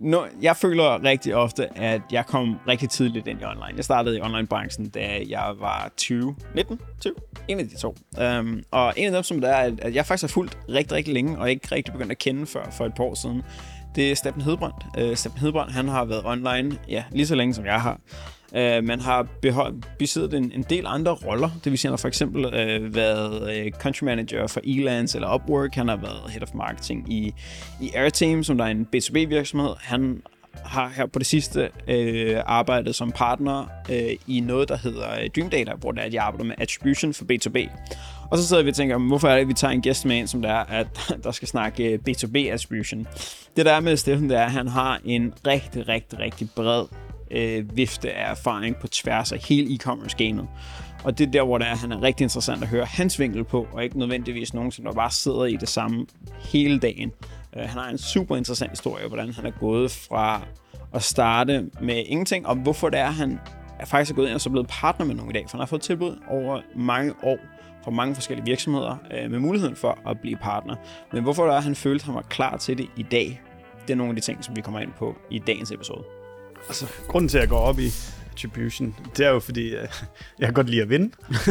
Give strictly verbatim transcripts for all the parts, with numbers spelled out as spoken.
no, jeg føler rigtig ofte, at jeg kom rigtig tidligt ind i online. Jeg startede i online-branchen, da jeg var tyve, nitten, tyve, en af de to. Um, og en af dem, som det er, at jeg faktisk har fulgt rigtig, rigtig længe, og ikke rigtig begyndt at kende før for et par år siden, det er Steffen Hedbrand. Uh, Steffen Hedbrand, han har været online, ja, lige så længe som jeg har. Uh, man har beholdt, besiddet en, en del andre roller. Det vil sige, han har for eksempel uh, været uh, country manager for Elance eller Upwork. Han har været head of marketing i, i Airteam, som der er en B to B virksomhed. Han har her på det sidste uh, arbejdet som partner uh, i noget, der hedder Dream Data, hvor det er, at jeg arbejder med attribution for B to B. Og så sidder vi og tænker, hvorfor er det, at vi tager en gæst med ind, som der er, at der skal snakke B to B attribution. Det der er med Steffen, det er, at han har en rigtig, rigtig, rigtig bred øh, vifte af erfaring på tværs af hele e-commerce-gamet. Og det er der, hvor det er, han er rigtig interessant at høre hans vinkel på, og ikke nødvendigvis nogen, som der bare sidder i det samme hele dagen. Uh, han har en super interessant historie, hvordan han er gået fra at starte med ingenting, og hvorfor det er, han er faktisk er gået ind og så blevet partner med nogen i dag, for han har fået tilbud over mange år fra mange forskellige virksomheder øh, med muligheden for at blive partner. Men hvorfor det er, han følte, at han var klar til det i dag, det er nogle af de ting, som vi kommer ind på i dagens episode. Altså, grunden til, at jeg går op i attribution, det er jo fordi, øh, jeg kan godt lide at vinde.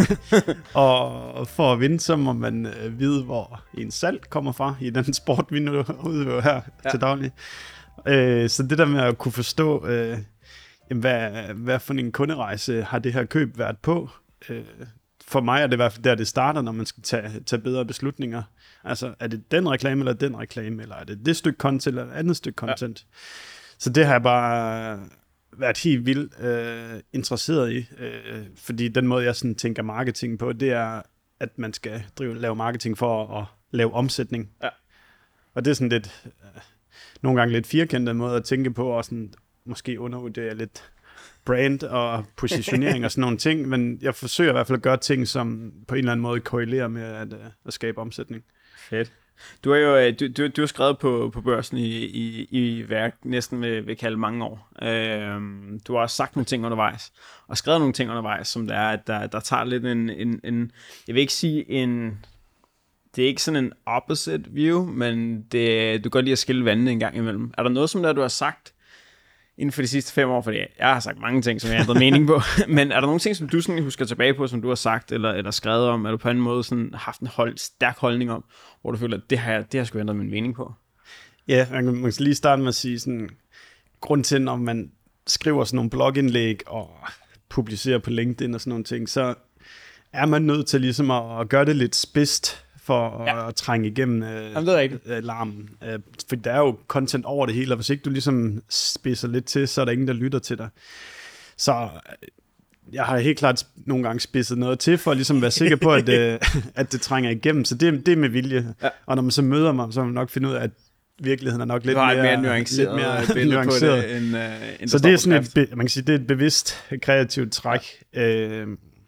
Og for at vinde, så må man øh, vide, hvor en salg kommer fra i den sport, vi nu udøver her ja. til daglig. Øh, så det der med at kunne forstå, øh, jamen, hvad, hvad for en kunderejse har det her køb været på, øh, for mig er det i hvert fald der, det starter, når man skal tage, tage bedre beslutninger. Altså, er det den reklame, eller den reklame, eller er det det stykke content, eller et andet stykke content? Ja. Så det har jeg bare været helt vildt øh, interesseret i, øh, fordi den måde, jeg sådan tænker marketing på, det er, at man skal drive, lave marketing for at lave omsætning. Ja. Og det er sådan lidt, øh, nogle gange lidt firkantet måde at tænke på, og sådan, måske undervurdere lidt brand og positionering og sådan nogle ting, men jeg forsøger i hvert fald at gøre ting, som på en eller anden måde korrelerer med at, at skabe omsætning. Fedt. Du har jo du, du, du har skrevet på, på børsen i, i, i værk næsten vil, vil kalde mange år. Øhm, du har også sagt nogle ting undervejs, og skrevet nogle ting undervejs, som der er, at der, der tager lidt en, en, en, jeg vil ikke sige en, det er ikke sådan en opposite view, men det, du kan godt lide at skille vandene en gang imellem. Er der noget, som der du har sagt inden for de sidste fem år, fordi jeg har sagt mange ting, som jeg har ændret mening på, men er der nogle ting, som du sådan husker tilbage på, som du har sagt eller, eller skrevet om, eller på en måde sådan haft en hold, stærk holdning om, hvor du føler, at det har jeg, det har sgu ændret min mening på? Ja, man kan, man kan lige starte med at sige sådan, grund til, når man skriver sådan nogle blogindlæg og publicerer på LinkedIn og sådan nogle ting, så er man nødt til ligesom at, at gøre det lidt spidst, for ja. at trænge igennem øh, Jamen, øh, larmen. Øh, for der er jo content over det hele, og hvis ikke du ligesom spidser lidt til, så er der ingen, der lytter til dig. Så øh, jeg har helt klart nogle gange spidset noget til, for at ligesom være sikker på, at, øh, at det trænger igennem. Så det, det er med vilje. Ja. Og når man så møder mig, så må man nok finde ud af, at virkeligheden er nok lidt mere, mere nuanceret, lidt mere nuanceret. På det, end, uh, end så det er sådan et, man kan sige, det er et bevidst kreativt træk. Ja. Øh,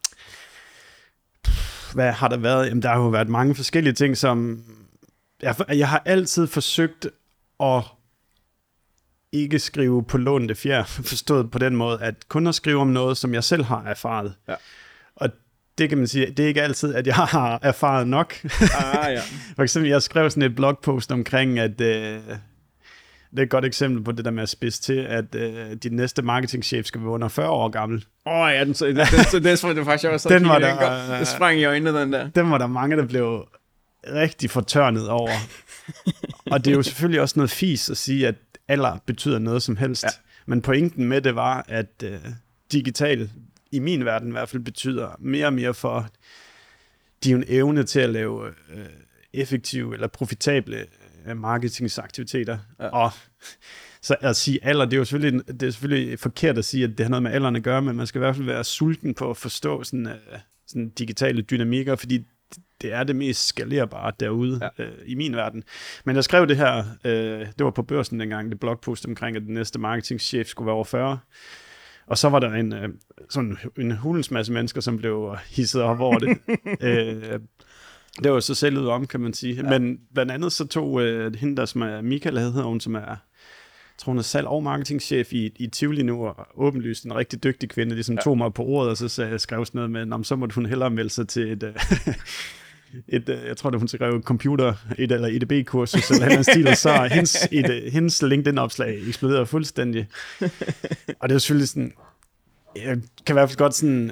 Hvad har der været? Jamen, der har jo været mange forskellige ting, som jeg, jeg har altid forsøgt at ikke skrive på lånte fjer, forstået på den måde, at kun at skrive om noget, som jeg selv har erfaret. Ja. Og det kan man sige, det er ikke altid, at jeg har erfaret nok. Ah, ja. For eksempel, jeg skrev sådan et blogpost omkring, at øh, det er et godt eksempel på det der med at spidse til, at øh, din næste marketingchef skal være under fyrre år gammel. Åh oh, ja, den, den, den, den, den, det faktisk også den var der, den, det sprang i øjnene, den der. Den var der mange, der blev rigtig fortørnet over. Og det er jo selvfølgelig også noget fis at sige, at alder betyder noget som helst. Ja. Men pointen med det var, at øh, digital, i min verden i hvert fald, betyder mere og mere for din evne til at lave øh, effektive eller profitable øh, marketingsaktiviteter. Ja. Og så at sige alder, det er jo selvfølgelig, det er selvfølgelig forkert at sige, at det har noget med alderen at gøre, men man skal i hvert fald være sulten på at forstå sådan, øh, sådan digitale dynamikker, fordi det er det mest skalerbare derude ja. øh, i min verden. Men jeg skrev det her, øh, det var på børsen dengang, det blogpost omkring, at den næste marketingchef skulle være over fyrre. Og så var der en, øh, sådan en hulens masse mennesker, som blev hisset op over det. øh, det var så selv ud om, kan man sige. Ja. Men blandt andet så tog øh, hende, der som er Michael, hedder hun, som er, jeg tror hun er salg- og marketingchef i, i Tivoli nu, og åbenlyst en rigtig dygtig kvinde, ligesom ja. tog mig på ordet, og så sagde, skrev sådan noget med, så måtte hun hellere melde sig til et, øh, et, jeg tror, det hun skrev computer, et eller E D B-kursus, eller en stil, og så hendes, et, hendes LinkedIn-opslag eksploderede fuldstændig. Og det er selvfølgelig sådan, jeg kan i hvert fald godt sådan,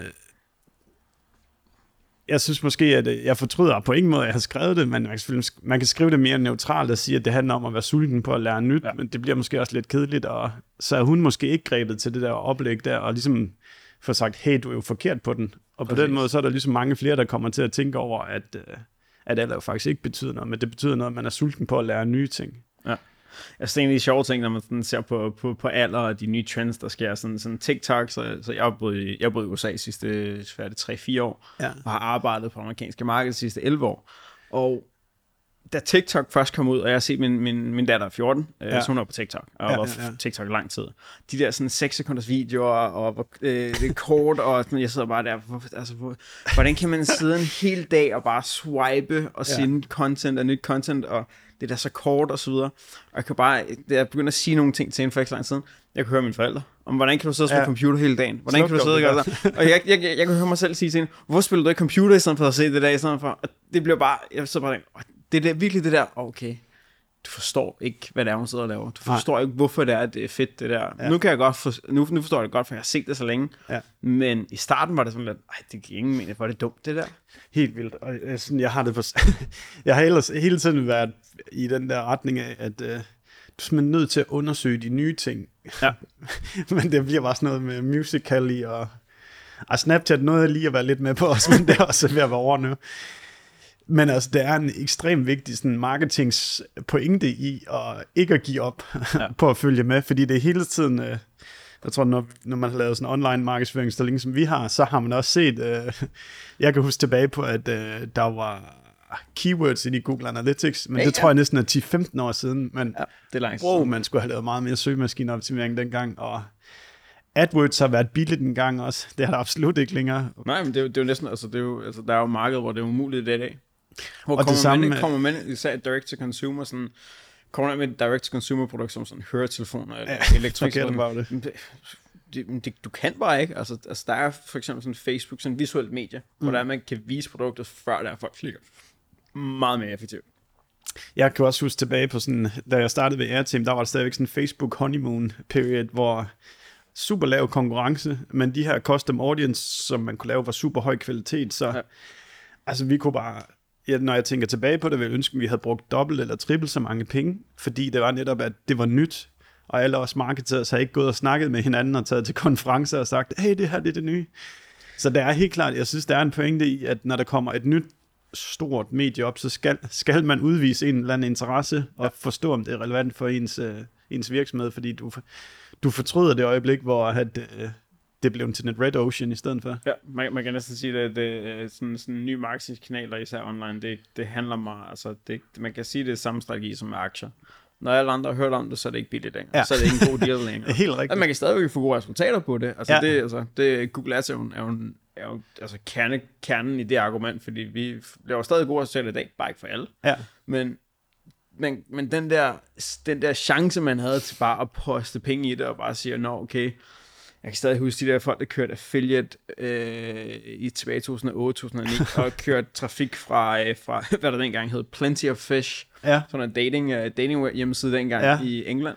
jeg synes måske, at jeg fortryder på ingen måde, at jeg har skrevet det, men man kan, man kan skrive det mere neutralt og sige, at det handler om at være sulten på at lære nyt, ja. Men det bliver måske også lidt kedeligt, og så er hun måske ikke grebet til det der oplæg der, og ligesom får sagt, hey, du er jo forkert på den. Og på Præcis. Den måde, så er der ligesom mange flere, der kommer til at tænke over, at, at alder jo faktisk ikke betyder noget, men det betyder noget, at man er sulten på at lære nye ting. Ja. Jeg synes, det er en af de sjove ting, når man sådan ser på, på, på alder og de nye trends, der sker. Sådan, sådan TikTok, så, så jeg har boet i, jeg har boet i U S A de sidste tre fire år, ja. Og har arbejdet på det amerikanske marked de sidste elleve år. Og da TikTok først kom ud, og jeg har set min, min, min datter er fjorten, ja. Så hun er på TikTok, og ja, var ja, ja. TikTok lang tid. De der sådan seks sekunders videoer, og øh, det er kort, og sådan, jeg sidder bare der, hvor, altså, hvor, hvordan kan man sidde en hel dag og bare swipe og ja. Sende content og nyt content, og det er så kort og så videre. Og jeg kan bare, da jeg begynder at sige nogle ting til hende for ikke så lang tid, jeg kan høre mine forældre, om hvordan kan du sidde og spille ja. Computer hele dagen? Hvordan Sluk kan du sidde og gøre det? Og jeg, jeg, jeg, jeg kan høre mig selv sige til hende, hvorfor spiller du ikke computer i stedet for at se det der, i stedet for? Og det bliver bare, jeg sidder bare der, det er virkelig det der, okay, du forstår ikke, hvad det er, hun sidder og laver. Du forstår Nej. Ikke, hvorfor det er, at det er fedt, det der. Ja. Nu kan jeg godt for, nu, nu forstår jeg det godt, for jeg har set det så længe. Ja. Men i starten var det sådan lidt, ej, det giver ingen mening, hvor er det dumt, det der. Helt vildt. Og jeg, sådan, jeg har det på, jeg har ellers hele tiden været i den der retning af, at uh, du er simpelthen nødt til at undersøge de nye ting. Ja. Men det bliver bare sådan noget med Musical.ly og, og Snapchat, noget lige at være lidt med på os, men det er også ved at være over nu. Men altså, det er en ekstremt vigtig sådan, marketingspointe i at ikke at give op ja. På at følge med, fordi det er hele tiden, øh, jeg tror, når, når man har lavet sådan en online markedsføringsstilling, som vi har, så har man også set, øh, jeg kan huske tilbage på, at øh, der var keywords i Google Analytics, men ja, det ja. Tror jeg næsten er ti femten år siden, men ja, det er langt. Bro, man skulle have lavet meget mere søgemaskineoptimering dengang, og AdWords har været billigt en gang også, det er der absolut ikke længere. Nej, men det er jo, det er jo næsten, altså, det er jo, altså, der er jo marked, hvor det er umuligt i dag. Hvor og kommer, det samme, man, kommer man især direct to consumer, sådan, kommer man med et direct to consumer produkt som sådan høretelefoner eller ja, elektrisk. Det. Det, det, du kan bare ikke. Altså, altså der er for eksempel sådan Facebook, sådan et visuelt medie, mm. hvor der man kan vise produktet før der folk klikker. Meget mere effektivt. Jeg kan også huske tilbage på sådan, da jeg startede ved Airteam, der var der stadigvæk sådan en Facebook honeymoon period, hvor super lav konkurrence, men de her custom audience, som man kunne lave, var super høj kvalitet, så ja. Altså vi kunne bare, ja, når jeg tænker tilbage på det, ville jeg ønske, at vi havde brugt dobbelt eller trippelt så mange penge, fordi det var netop, at det var nyt, og alle os marketers har ikke gået og snakket med hinanden og taget til konferencer og sagt, hey, det her det er det nye. Så det er helt klart, jeg synes, der er en pointe i, at når der kommer et nyt stort medie op, så skal, skal man udvise en eller anden interesse og forstå, om det er relevant for ens, uh, ens virksomhed, fordi du, du fortryder det øjeblik, hvor at, uh, det blev til et red ocean i stedet for. Ja, man, man kan næsten sige, at det er sådan, sådan en ny marketingskanaler, især online, det, det handler meget, altså det, man kan sige, det er samme strategi som med aktier. Når alle andre har hørt om det, så er det ikke billigt længere. Ja. Så er det ikke en god deal længere. Helt rigtigt. Og man kan stadigvæk få gode resultater på det. Altså, ja. det, altså det, Google Ads er jo, er jo, er jo altså kerne, kernen i det argument, fordi vi laver stadig gode resultater i dag, bare ikke for alle. Ja. Men, men, men den, der, den der chance, man havde til bare at poste penge i det, og bare sige, nå okay, jeg kan stadig huske de der folk, der kørte affiliate øh, i tilbage i to tusind og otte til to tusind og ni, og kørte trafik fra, øh, fra, hvad der dengang hed, Plenty of Fish, ja. Sådan en dating, uh, dating hjemmeside dengang ja. I England.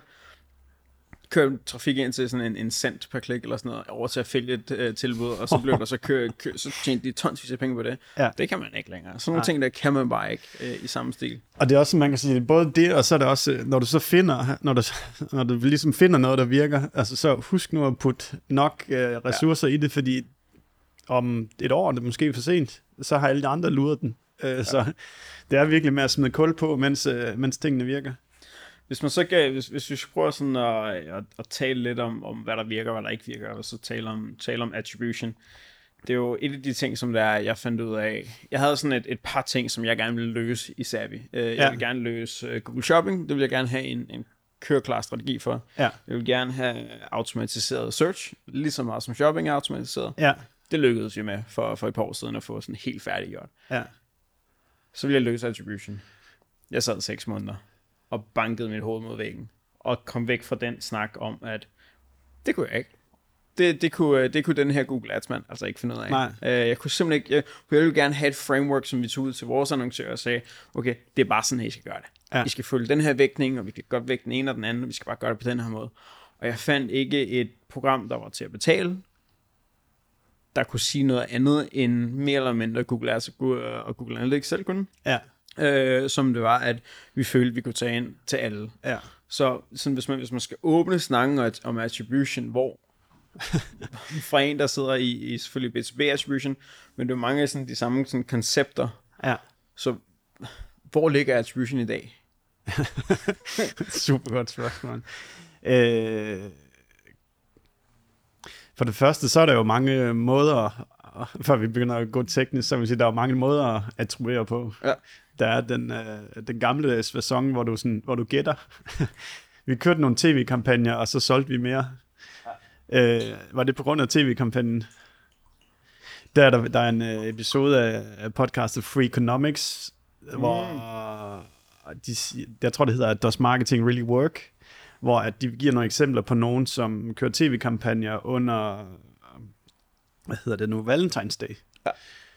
Kørte trafik ind til sådan en, en cent per klik eller sådan noget, over til affiliate uh, tilbud, og så blev der så kør, kør, så tjente de tonsvis af penge på det. Ja. Det kan man ikke længere. Sådan nogle ja. Ting, der kan man bare ikke uh, i samme stil. Og det er også, man kan sige, både det, og så er det også, når du så finder, når du, når du ligesom finder noget, der virker, altså så husk nu at putte nok uh, ressourcer ja. I det, fordi om et år, det er måske for sent, så har alle de andre luret den. Uh, ja. Så det er virkelig med at smide kul på, mens, uh, mens tingene virker. Hvis man så kan, hvis, hvis vi prøver sådan at, at, at tale lidt om, om, hvad der virker, og hvad der ikke virker, og så tale om, tale om attribution. Det er jo et af de ting, som der, jeg fandt ud af. Jeg havde sådan et, et par ting, som jeg gerne ville løse i Savvy. Jeg ja. Vil gerne løse Google Shopping, det vil jeg gerne have en, en køreklar strategi for. Ja. Jeg vil gerne have automatiseret search, lige så meget som shopping er automatiseret. Ja. Det lykkedes jeg med for, for et par år siden at få sådan helt færdiggjort. Ja. Så vil jeg løse attribution. Jeg sad seks måneder og bankede mit hoved mod væggen, og kom væk fra den snak om, at det kunne jeg ikke. det, det, kunne, det kunne den her Google Ads mand altså ikke finde ud af. Nej. Uh, jeg kunne simpelthen ikke, jeg, jeg ville gerne have et framework, som vi tog ud til vores annoncører og sagde, okay, det er bare sådan, at I skal gøre det. Ja. I skal følge den her vægtning, og vi kan godt vægte den ene og den anden, og vi skal bare gøre det på den her måde. Og jeg fandt ikke et program, der var til at betale, der kunne sige noget andet end mere eller mindre Google Ads og Google Analytics selv kunne. Ja. Øh, som det var, at vi følte, vi kunne tage ind til alle. Ja. Så sådan, hvis, man, hvis man skal åbne snakken om attribution, hvor fra en, der sidder i, i selvfølgelig B to B attribution, men det er mange af sådan, de samme sådan, koncepter. Ja. Så hvor ligger attribution i dag? Super godt spørgsmål. Øh, for det første, så er der jo mange måder, før vi begynder at gå teknisk, så vil jeg sige, der er jo mange måder at attribuere på. Ja. Der er den, øh, den gamle sæson, hvor du, sådan, hvor du gætter. Vi kørte nogle tv-kampagner, og så solgte vi mere. Ja. Øh, var det på grund af tv-kampagnen? Der er, der, der er en øh, episode af podcastet Free Economics, mm. hvor de, jeg tror, det hedder, Does Marketing Really Work? Hvor at de giver nogle eksempler på nogen, som kører tv-kampagner under, hvad hedder det nu, Valentine's Day. Ja.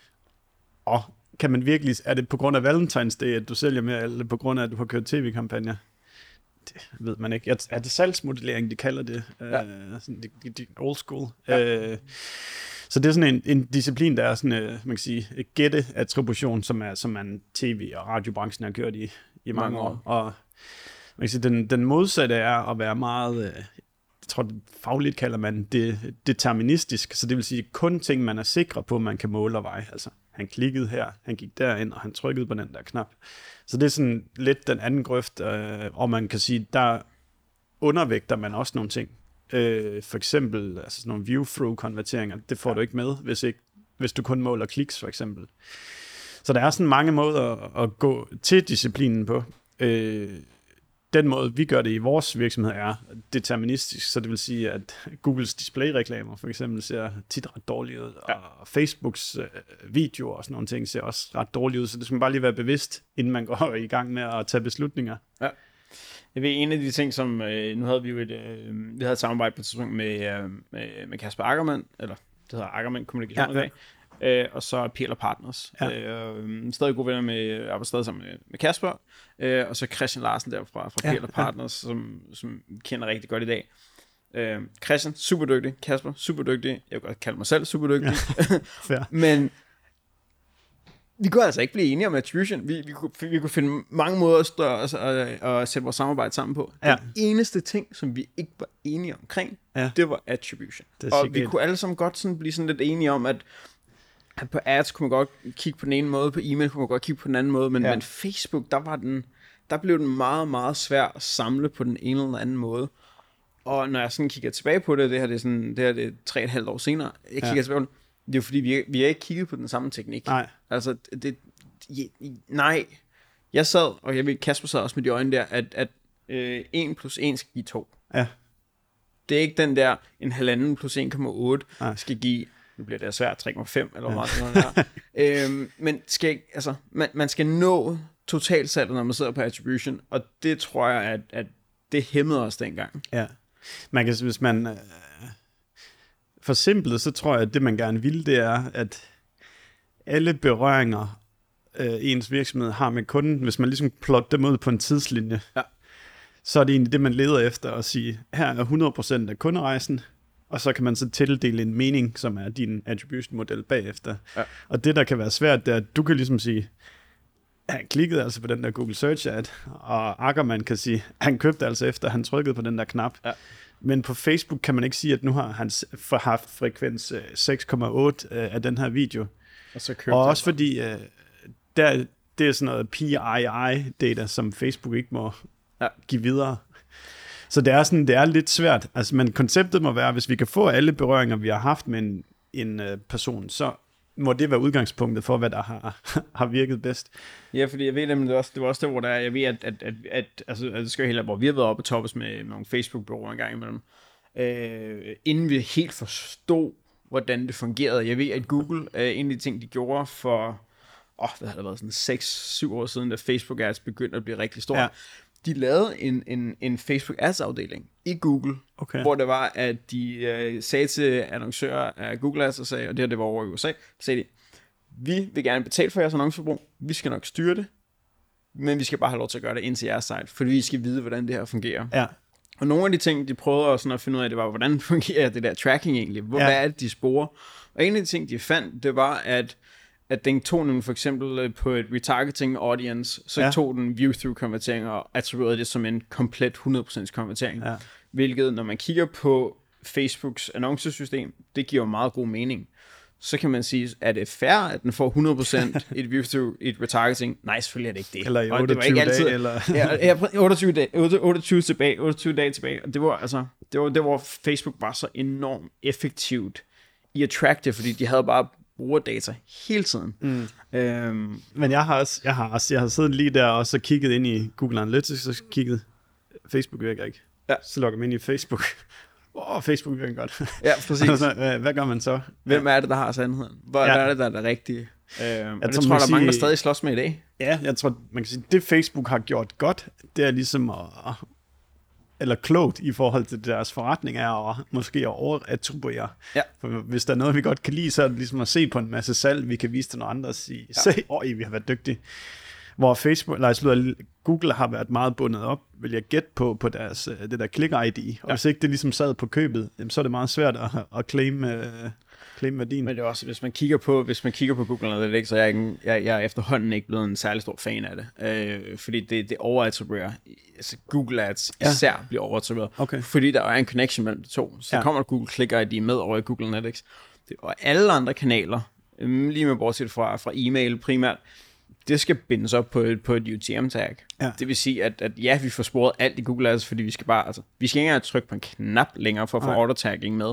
Og kan man virkelig, er det på grund af Valentine's Day, at du sælger mere, eller på grund af, at du har kørt tv-kampagner? Det ved man ikke. Er det salgsmodellering, de kalder det? Ja. Uh, sådan, de, de, de old school. Ja. Uh, så det er sådan en, en disciplin, der er sådan, uh, man kan sige, et gætte-attribution, som er, som man tv- og radiobranchen har kørt i, i mange, mange år. år. Og man kan sige, den, den modsatte er at være meget, uh, jeg tror, det fagligt kalder man det deterministisk, så det vil sige kun ting, man er sikre på, man kan måle og veje. Altså, han klikkede her, han gik derind, og han trykkede på den der knap. Så det er sådan lidt den anden grøft, øh, og man kan sige, der undervægter man også nogle ting. Øh, for eksempel altså sådan nogle view-through-konverteringer, det får ja. du ikke med, hvis, ikke, hvis du kun måler kliks, for eksempel. Så der er sådan mange måder at gå til disciplinen på. Øh, Den måde, vi gør det i vores virksomhed, er deterministisk, så det vil sige, at Googles display-reklamer for eksempel ser tit ret dårligt ud, ja. og Facebooks øh, videoer og sådan nogle ting ser også ret dårligt ud, så det skal man bare lige være bevidst, inden man går i gang med at tage beslutninger. Ja. Jeg ved, en af de ting, som, øh, nu havde vi jo et, øh, vi havde et samarbejde på et tidspunkt med, øh, med, med Kasper Ackermann, eller det hedder Ackermann Kommunikation ja, ja. Øh, og så P L Partners. Ja. Øh, stadig gode venner med, arbejder stadig sammen med, med Kasper, øh, og så Christian Larsen derfra fra ja, P L Partners, ja. som, som kender rigtig godt i dag. Øh, Christian, super dygtig. Kasper, super dygtig. Jeg kan godt kalde mig selv super dygtig. Ja. Men vi kunne altså ikke blive enige om attribution. Vi, vi, kunne, vi kunne finde mange måder at, stå, altså, at, at sætte vores samarbejde sammen på. Ja. Den eneste ting, som vi ikke var enige omkring, ja. det var attribution. Det og vi kunne alle sammen godt sådan blive sådan lidt enige om, at at på ads kunne man godt kigge på den ene måde, på e-mail kunne man godt kigge på den anden måde, men, ja. men Facebook, der var den, der blev den meget, meget svær at samle på den ene eller anden måde. Og når jeg sådan kigger tilbage på det, det her det er sådan, det her det er tre og et halvt år senere, jeg kigger ja. tilbage på det, det er jo fordi, vi, vi har ikke kigget på den samme teknik. Nej. Altså, det, je, nej. Jeg sad, og jeg ved, Kasper sad også med de øjne der, at, at øh, en plus en skal give to. Ja. Det er ikke den der, en halvanden plus en komma otte skal give, nu bliver det svært, tre komma fem eller hvor meget sådan der. øhm, men skal, altså, man, man skal nå totalsalget, når man sidder på attribution, og det tror jeg, at, at det hæmmede os dengang. Ja. Man kan, hvis man øh, forsimplet, så tror jeg, at det man gerne vil, det er, at alle berøringer, øh, ens virksomhed har med kunden, hvis man ligesom plotter dem ud på en tidslinje, ja. så er det egentlig det, man leder efter at sige, her er hundrede procent af kunderejsen, og så kan man så tildele en mening, som er din attribution-model bagefter. Ja. Og det, der kan være svært, det er, at du kan ligesom sige, han klikkede altså på den der Google Search ad, og Ackermann kan sige, han købte altså efter, han trykkede på den der knap. Ja. Men på Facebook kan man ikke sige, at nu har han haft frekvens seks komma otte af den her video. Og, så og også fordi, der, det er sådan noget P I I-data, som Facebook ikke må ja. give videre. Så det er, sådan, det er lidt svært. Altså, men konceptet må være, hvis vi kan få alle berøringer, vi har haft med en, en uh, person, så må det være udgangspunktet for, hvad der har, har virket bedst. Ja, fordi jeg ved, at det var også, det var også der, hvor der er, jeg ved, at, at, at, at altså, det skal jo helt, hvor vi har været oppe og toppes med, med nogle Facebook-bureauer en gang imellem, øh, inden vi helt forstod, hvordan det fungerede. Jeg ved, at Google, øh, en af de ting, de gjorde for, åh, hvad har det været, sådan seks syv år siden, da Facebook Ads begyndte at blive rigtig stor, ja. de lavede en, en, en Facebook Ads afdeling i Google, okay. hvor det var, at de øh, sagde til annoncører af Google Ads, og sagde, og det her det var over i U S A, sagde de, vi vil gerne betale for jeres annonceforbrug, vi skal nok styre det, men vi skal bare have lov til at gøre det ind til jeres site, fordi vi skal vide, hvordan det her fungerer. Ja. Og nogle af de ting, de prøvede sådan at finde ud af, det var, hvordan fungerer det der tracking egentlig? Hvor, ja. Hvad er det, de sporer? Og en af de ting, de fandt, det var, at, at den tog den for eksempel på et retargeting audience, så ja. tog den view-through konvertering og attribuerede det som en komplet hundrede procent konvertering. Ja. Hvilket, når man kigger på Facebooks annoncesystem, det giver meget god mening. Så kan man sige, at det er fair, at den får hundrede procent et view-through, et retargeting. Nej, selvfølgelig er det ikke det. Eller i otteogtyve det var ikke altid, dage, eller... ja, otteogtyve dage, otteogtyve tilbage, otteogtyve dage tilbage. Og det var, altså, det var, det var Facebook var så enormt effektivt i at track det, fordi de havde bare brugerdata hele tiden. Mm. Øhm, Men jeg har også, jeg har også, jeg har siddet lige der og så kigget ind i Google Analytics og kigget, Facebook virker ikke. Ja. Så logger man ind i Facebook. Åh, oh, Facebook virker godt. Ja, præcis. Altså, hvad, hvad gør man så? Hvem er det, der har sandheden? Hvor ja. er det, der er det rigtige? Øhm, jeg og det tror, tror jeg, der er mange, der sige, stadig slås med i dag. Ja, jeg tror, man kan sige, det Facebook har gjort godt, det er ligesom at, eller klogt i forhold til deres forretning er at måske at overattribuere. Ja. For hvis der er noget, vi godt kan lide, så er det ligesom at se på en masse salg, vi kan vise til nogle andre og sige, ja. se, åh, vi har været dygtige. Hvor Facebook, eller slutter, Google har været meget bundet op, vil jeg gætte på, på deres, det der click-I D. Og ja. hvis ikke det ligesom sad på købet, så er det meget svært at, at claim, uh, claim værdien. Men det er også, hvis man kigger på, hvis man kigger på Google Analytics, så er jeg, ikke, jeg, jeg er efterhånden ikke blevet en særlig stor fan af det. Øh, fordi det, det overattribuerer. Altså Google Ads ja. især bliver overattribueret. Okay. Fordi der er en connection mellem de to. Så ja. kommer Google Click-I D med over i Google Analytics. Det, og alle andre kanaler, lige med bortset fra, fra e-mail primært, det skal bindes op på et, på et U T M-tag. Ja. Det vil sige, at, at ja, vi får sporet alt i Google Ads, fordi vi skal bare, altså, vi skal ikke engang trykke på en knap længere for at få auto-tagging med.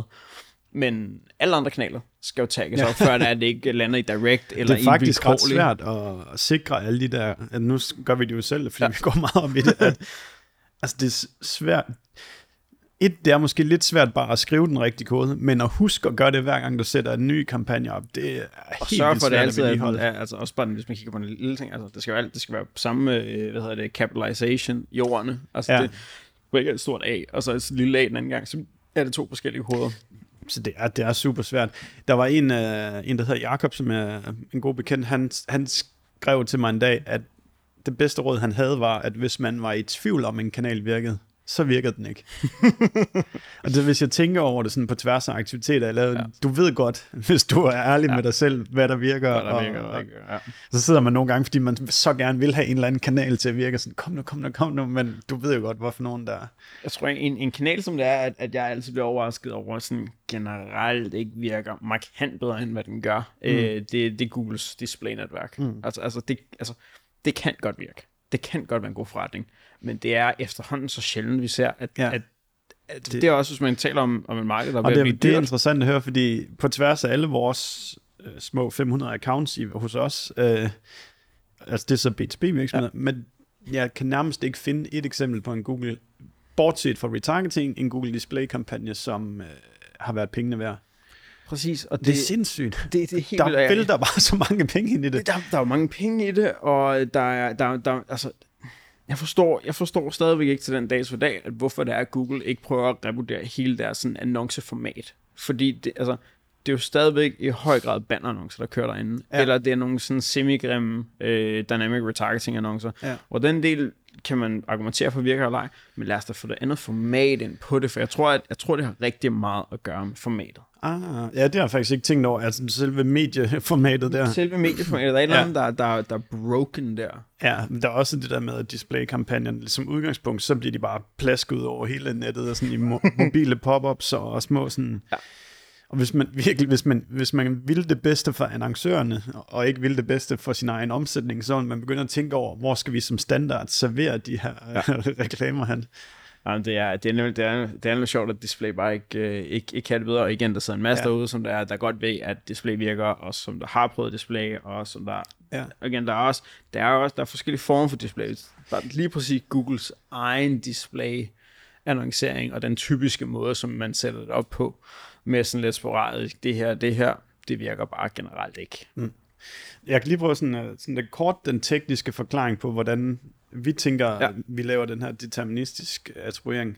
Men alle andre kanaler skal jo tagges ja. op, før det, er, det ikke lander i direct eller i det er faktisk ret svært at sikre alle de der, at nu gør vi det jo selv, fordi ja. vi går meget op i det, at altså det er svært. Et, det er måske lidt svært bare at skrive den rigtige kode, men at huske at gøre det hver gang, du sætter en ny kampagne op, det er og helt sørg for det altid, at ja, altså også bare, hvis man kigger på en lille ting, altså det skal jo alt, det skal være samme, hvad hedder det, capitalization i ordene, altså ja. det er ikke et stort A, og så et lille A den anden gang, så er det to forskellige koder. Så det er, det er super svært. Der var en, uh, en der hedder Jakob, som er en god bekendt, han, han skrev til mig en dag, at det bedste råd, han havde, var, at hvis man var i tvivl om en kanal virkede, så virkede den ikke. Og det, hvis jeg tænker over det sådan på tværs af aktiviteter, jeg lavede, ja. du ved godt, hvis du er ærlig ja. med dig selv, hvad der virker. Hvad der og, virker, og, ja. Så sidder man nogle gange, fordi man så gerne vil have en eller anden kanal til at virke, sådan, kom nu, kom nu, kom nu, men du ved jo godt, hvorfor nogen der er. Jeg tror, en, en kanal som det er, at, at jeg altid bliver overrasket over, sådan generelt ikke virker markant bedre, end hvad den gør. Mm. Øh, det, det er Googles display-netværk. Mm. Altså, altså, det, altså, det kan godt virke. Det kan godt være en god forretning, men det er efterhånden så sjældent, vi ser, at, ja. at, at det, det er også, hvis man taler om, om en marked, der vil blive dyrt. Det er interessant at høre, fordi på tværs af alle vores øh, små fem hundrede accounts i, hos os, øh, altså det er så B to B virksomheder, ja. men jeg kan nærmest ikke finde et eksempel på en Google, bortset fra retargeting, en Google Display-kampagne, som øh, har været pengene værd. Præcis. Og det, det er sindssygt. Det, det er helt der vælter bare så mange penge ind i det. Der, der er jo mange penge i det, og der er, der, der, altså, jeg forstår, jeg forstår stadigvæk ikke til den dags for dag, at hvorfor det er, at Google ikke prøver at revurdere hele deres sådan, annonceformat. Fordi det, altså, det er jo stadigvæk i høj grad bannerannoncer, der kører derinde. Ja. Eller det er nogle sådan semi-grimme øh, dynamic retargeting annoncer. Ja. Og den del kan man argumentere for virker eller ej, men lad os da få det andet format ind på det, for jeg tror, at, jeg tror, det har rigtig meget at gøre med formatet. Ah, ja, det har jeg faktisk ikke tænkt over, altså selve medieformatet der. Selve medieformatet, der er et eller andet, ja. der, der, der er broken der. Ja, men der er også det der med display-kampagnen, som udgangspunkt, så bliver de bare plasket ud over hele nettet, og sådan i mo- mobile pop-ups og, og små sådan... Ja. Og hvis man virkelig, hvis man, hvis man vil det bedste for annoncørerne, og ikke vil det bedste for sin egen omsætning, så man begynder at tænke over, hvor skal vi som standard servere de her ja. reklamer hen. Ja, det er det er nemlig, det er det er lidt sjovt, at display bare ikke øh, ikke ikke kan det bedre. Og igen, der sidder en masse ja. derude, som der er der godt ved, at display virker, og som der har prøvet display, og som der ja. og igen der er også der er også der er forskellige former for display. Der er lige præcis Googles egen display annoncering og den typiske måde, som man sætter det op på, med sådan lidt sporadisk. Det her, det her, det virker bare generelt ikke. Mm. Jeg kan lige prøve sådan, sådan lidt kort den tekniske forklaring på, hvordan vi tænker, ja. vi laver den her deterministisk attribuering.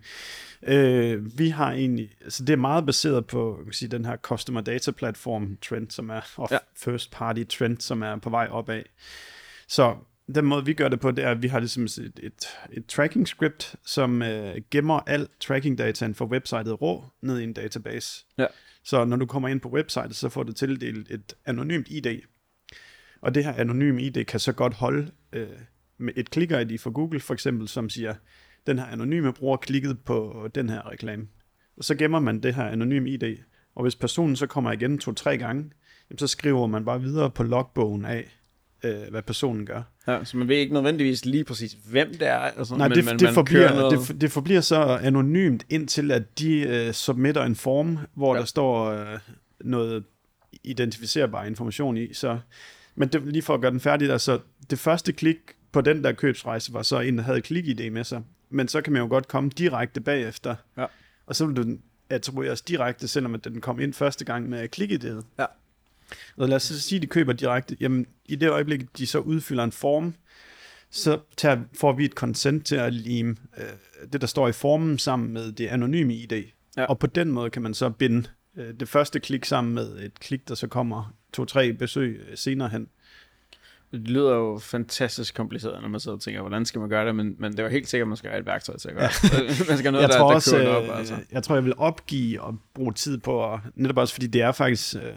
Øh, vi har egentlig, altså det er meget baseret på, jeg kan sige, den her customer data platform trend, som er, og ja. first party trend, som er på vej opad. Så den måde, vi gør det på, det er, at vi har ligesom et, et, et tracking script, som øh, gemmer al tracking dataen fra websitet rå ned i en database. Ja. Så når du kommer ind på websitet, så får du tildelt et anonymt I D. Og det her anonyme I D kan så godt holde øh, med et klikker-I D fra Google, for eksempel, som siger, den her anonyme bruger klikket på den her reklame. Og så gemmer man det her anonyme I D. Og hvis personen så kommer igen to-tre gange, så skriver man bare videre på logbogen af, øh, hvad personen gør. Ja, så man ved ikke nødvendigvis lige præcis, hvem det er. Altså, Nej, men, det, men, det, man forbliver, noget... det, det forbliver så anonymt, indtil at de øh, submitter en form, hvor ja. der står øh, noget identificerbar information i. Så, men det, lige for at gøre den færdig, altså det første klik på den der købsrejse var så en, der havde klik-I D med sig. Men så kan man jo godt komme direkte bagefter. Ja. Og så vil du attribueres direkte, selvom at den kom ind første gang med klik-I D'et. Ja. Og lad os så sige, at de køber direkte. Jamen, i det øjeblik, de så udfylder en form, så tager, får vi et consent til at lime øh, det, der står i formen sammen med det anonyme I D. Ja. Og på den måde kan man så binde øh, det første klik sammen med et klik, der så kommer to-tre besøg senere hen. Det lyder jo fantastisk kompliceret, når man sidder og tænker, hvordan skal man gøre det, men, men det var helt sikkert, at man skal have et værktøj til at gøre det. Man skal have noget, jeg der, tror der også, kører op. Altså. Jeg tror, jeg vil opgive og bruge tid på, at, netop også fordi det er faktisk, øh,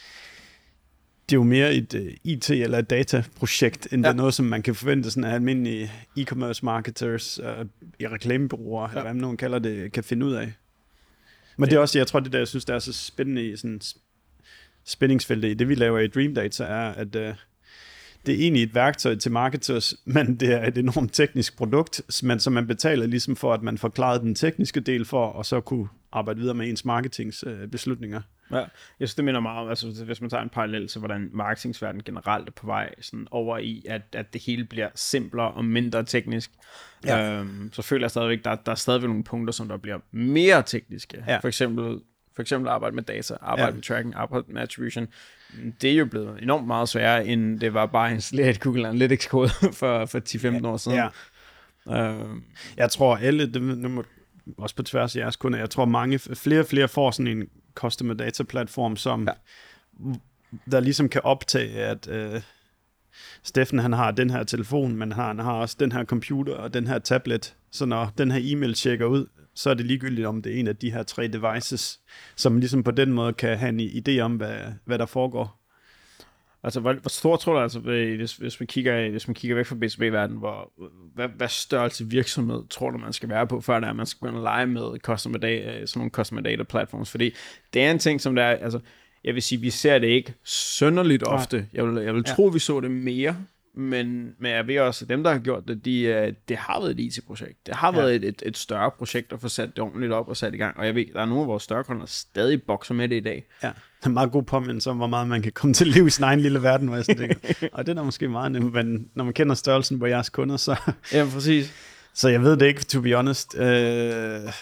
det er jo mere et øh, I T eller et dataprojekt, end ja. det er noget, som man kan forvente sådan af almindelige e-commerce marketers, øh, i reklamebureauer, ja. eller hvad man nogen kalder det, kan finde ud af. Men det er også, jeg tror, det der, jeg synes, der er så spændende i sådan spændingsfeltet i det, vi laver i Dream Data, er, at øh, det er egentlig et værktøj til marketers, men det er et enormt teknisk produkt, men som man betaler ligesom for, at man forklarer den tekniske del for, og så kunne arbejde videre med ens marketingsbeslutninger. Ja, jeg synes, det minder meget om, altså hvis man tager en parallel til, hvordan marketingsverdenen generelt er på vej sådan over i, at, at det hele bliver simplere og mindre teknisk. Ja. Øhm, så føler jeg stadigvæk, der, der er stadigvæk nogle punkter, som der bliver mere tekniske. Ja. For eksempel For eksempel arbejde med data, arbejde ja. med tracking, arbejde med attribution. Det er jo blevet enormt meget sværere, end det var bare at installere et Google Analytics-kode for, for ti til femten ja. år siden. Ja. Uh, jeg tror alle, det, nu må, også på tværs af jeres kunder, jeg tror mange, flere og flere får sådan en customer data platform, som ja. der ligesom kan optage, at uh, Steffen han har den her telefon, men han har også den her computer og den her tablet, så når den her e-mail tjekker ud, så er det ligegyldigt, om det er en af de her tre devices, som ligesom på den måde kan have en idé om, hvad, hvad der foregår. Altså, hvor, hvor stor tror du, altså, hvis, hvis, man kigger, hvis man kigger væk fra B to B-verdenen, hvor, hvad, hvad størrelse virksomhed tror du, man skal være på, før der er, man skal begynde at lege med customer data, sådan nogle customer data platforms? Fordi det er en ting, som der er, altså, jeg vil sige, vi ser det ikke synderligt ofte. Jeg vil, jeg vil ja. tro, vi så det mere. Men, men jeg ved også, at dem, der har gjort det, de, det har været et I T-projekt. Det har ja. været et, et, et større projekt at få sat det ordentligt op og sat i gang. Og jeg ved, der er nogle af vores større kunder, der stadig bokser med det i dag. Ja, det er meget god påmindelse om, hvor meget man kan komme til liv i sin egen lille verden, hvor jeg sådan tænker. Og det er måske meget nemt, men når man kender størrelsen på jeres kunder, så... Ja, præcis. Så jeg ved det ikke, to be honest. Øh... Jeg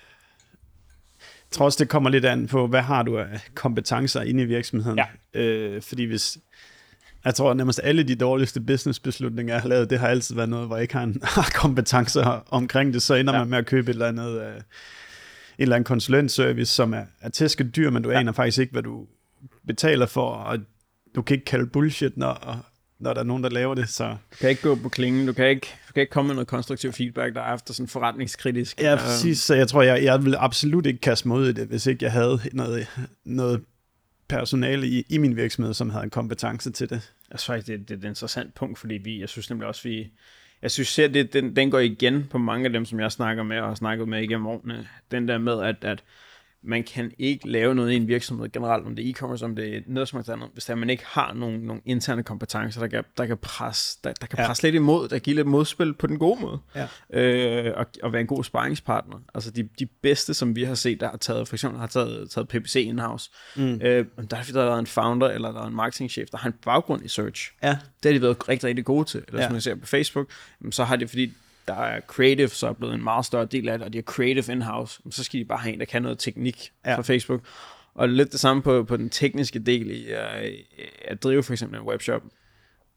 tror også, det kommer lidt an på, hvad har du af kompetencer inde i virksomheden. Ja. Øh, fordi hvis... Jeg tror at nærmest alle de dårligste businessbeslutninger, jeg har lavet, det har altid været noget, hvor jeg ikke har, en, har kompetencer omkring det. Så ender ja. man med at købe et eller andet, uh, en eller anden konsulentservice, som er, er tæsket dyr, men du ja. aner faktisk ikke, hvad du betaler for, og du kan ikke kalde bullshit, når, når der er nogen, der laver det. Så. Du kan ikke gå på klingen, du kan ikke, du kan ikke komme med noget konstruktiv feedback, der er efter sådan forretningskritisk. Ja, præcis. Så jeg tror, jeg, jeg ville absolut ikke kaste mig ud i det, hvis ikke jeg havde noget, noget personale i, i min virksomhed, som havde en kompetence til det. Jeg synes faktisk, det, det er et interessant punkt, fordi vi, jeg synes nemlig også, vi, jeg synes, at det, den, den går igen på mange af dem, som jeg snakker med, og har snakket med igennem årene. Den der med, at, at man kan ikke lave noget i en virksomhed generelt, om det er e-commerce, om det er noget som andet, hvis der man ikke har nogle, nogle interne kompetencer, der kan, der kan presse, der, der kan ja. presse lidt imod, der giver lidt modspil på den gode måde, ja. øh, og, og være en god sparringspartner. Altså de, de bedste, som vi har set, der har taget, for eksempel har taget, taget P P C in-house, mm. øh, der har der været en founder, eller der er en marketingchef, der har en baggrund i search. Ja. Det har de været rigtig, rigtig gode til. Eller ja. som man ser på Facebook, så har det, fordi der er creative, så er blevet en meget større del af det, og de har creative in-house, så skal de bare have en, der kan noget teknik ja. fra Facebook. Og lidt det samme på, på den tekniske del i uh, at drive for eksempel en webshop.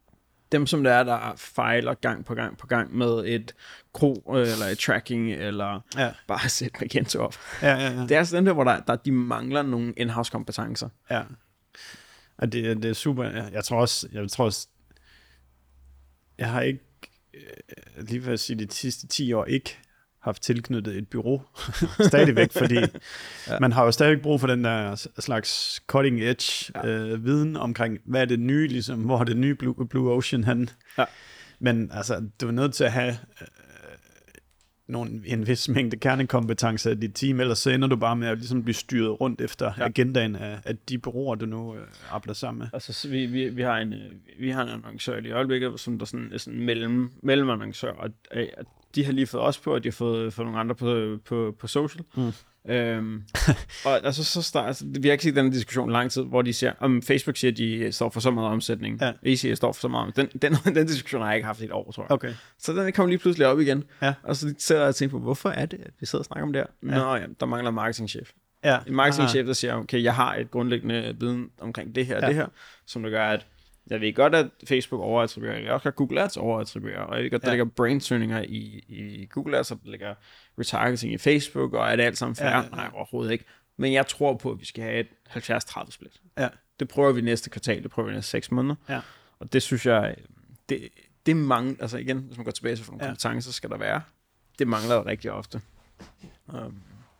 dem, som der er, der fejler gang på gang på gang med et kro, eller et tracking, eller ja. bare sætte Magento op. Ja, ja, ja. Det er altså dem der, hvor der, der, de mangler nogle in-house kompetencer. Ja, og det, det er super. Jeg tror også, jeg tror også, jeg har ikke, lige for at sige, de sidste ti år ikke haft tilknyttet et bureau, stadigvæk, fordi ja. man har jo stadigvæk brug for den der slags cutting edge ja. øh, viden omkring, hvad er det nye, ligesom, hvor er det nye Blue, Blue Ocean han. Ja. Men altså, du er nødt til at have øh, nogle, en vis mængde kernekompetencer i dit team, ellers så ender du bare med at ligesom blive styret rundt efter ja. agendaen af, af de bureauer, du nu øh, arbejder sammen med. Altså, vi, vi, vi har en vi har en annoncør i øjeblikket, som der sådan er sådan mellem, mellemannoncør, og at de har lige fået os på, og de har fået, fået nogle andre på, på, på social. Mm. Øhm, og altså, så start, altså, vi har ikke set den diskussion lang tid, hvor de siger, om Facebook siger, at de står for så meget omsætning, ja. E C står for så meget. Den, den, den diskussion har jeg ikke haft i et år, tror jeg. Okay. Så den kommer lige pludselig op igen. Ja. Og så sidder jeg og tænker på, hvorfor er det, at vi sidder og snakker om det her? Ja. Nå ja, der mangler en marketingchef. Ja. En marketingchef, der siger, okay, jeg har et grundlæggende viden omkring det her og ja. det her, som der gør, at jeg ved godt, at Facebook overattribuerer, jeg også godt Google Ads overattribuerer, og jeg ved godt, der ja. ligger brainstorminger i, i Google Ads, og der ligger retargeting i Facebook, og er det alt sammen fair? Ja, ja. Nej, overhovedet ikke. Men jeg tror på, at vi skal have et halvfjerds tredive split. Ja. Det prøver vi næste kvartal, det prøver vi næste seks måneder. Ja. Og det synes jeg, det, det mangler, altså igen, hvis man går tilbage til for nogle ja. kompetencer, skal der være. Det mangler jo rigtig ofte. Um.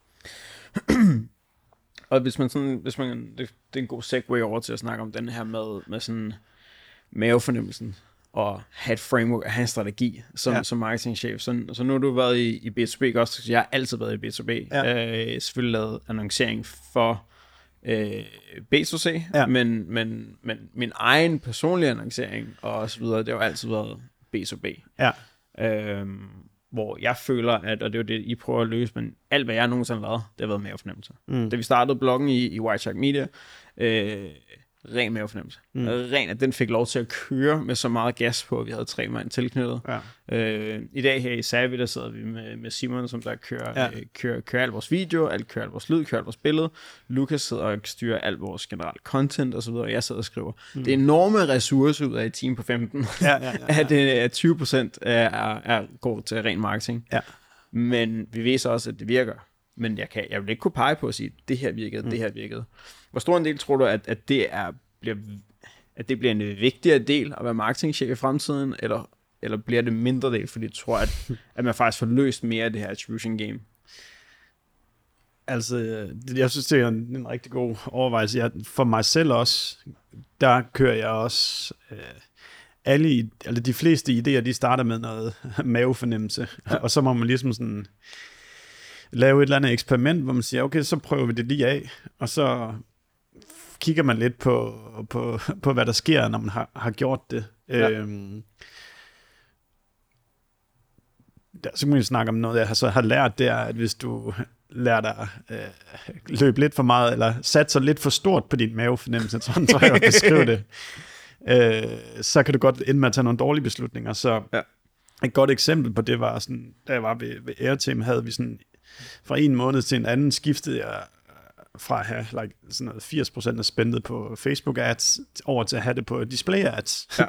Og hvis man sådan, hvis man, det, det er en god segue over til at snakke om den her med, med sådan mavefornemmelsen, og have et framework, og have en strategi som, ja. som marketingchef. Så, så nu har du været i, i B to B også, så jeg har altid været i B to B. Ja. Øh, selvfølgelig lavet annoncering for øh, B to C, ja. men, men, men min egen personlige annoncering og så videre, det har jo altid været B to B. Ja. Øhm, hvor jeg føler, at, og det er jo det, I prøver at løse, men alt, hvad jeg nogensinde har lavet, det har været mavefornemmelse. Mm. Da vi startede bloggen i, i White Shark Media, øh, ren mavefornemmelse. Mm. Ren, at den fik lov til at køre med så meget gas på, at vi havde tre mand tilknyttet. Ja. Øh, I dag her i Savvy, der sidder vi med, med Simon, som der kører, ja. øh, kører, kører alt vores video, alt kører alt vores lyd, kører alt vores billede. Lukas sidder og styrer alt vores generelle content og så videre, og jeg sidder og skriver. Mm. Det er enorme ressourcer ud af et team på femten, ja, ja, ja, ja. at, at tyve procent er, er, er går til ren marketing. Ja. Men vi ved så også, at det virker. Men jeg, kan, jeg vil ikke kunne pege på at sige, at det her virkede, mm. det her virkede. Hvor stor en del tror du, at, at, det er, bliver, at det bliver en vigtigere del at være marketingchef i fremtiden, eller, eller bliver det mindre del, fordi du tror, at, at man faktisk får løst mere af det her attribution game? Altså, jeg synes, det er en, en rigtig god overvejelse. Jeg, for mig selv også, der kører jeg også... Øh, alle, altså de fleste idéer, de starter med noget mavefornemmelse, ja. Og så må man ligesom sådan... lave et eller andet eksperiment, hvor man siger, okay, så prøver vi det lige af, og så kigger man lidt på, på, på hvad der sker, når man har, har gjort det. Ja. Øhm, der, så kan man jo snakke om noget, jeg så har lært, det er, at hvis du lærer dig øh, løbe lidt for meget, eller satser lidt for stort på din mavefornemmelse, sådan tror jeg, at beskrive det, øh, så kan du godt ende med at tage nogle dårlige beslutninger. Så ja. Et godt eksempel på det var, sådan, da jeg var ved, ved Airteam, havde vi sådan fra en måned til en anden skiftede jeg fra at have like, sådan noget firs procent af spendet på Facebook ads over til at have det på display ads. Ja.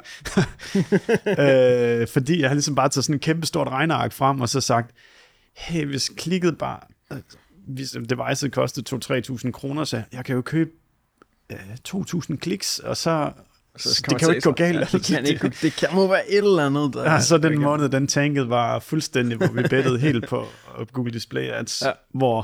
øh, fordi jeg har ligesom bare taget sådan en kæmpe stort regneark frem og så sagt, hey, hvis klikket bare, hvis devicet kostede to til tre tusind kroner, så jeg kan jo købe øh, to tusind kliks, og så Så det kan jo ikke gå galt. Ja, det, kan ikke, det kan må være et eller andet. Der ja, så den måned, den tankede var fuldstændig, hvor vi bettede helt på Google Display Ads, ja. Hvor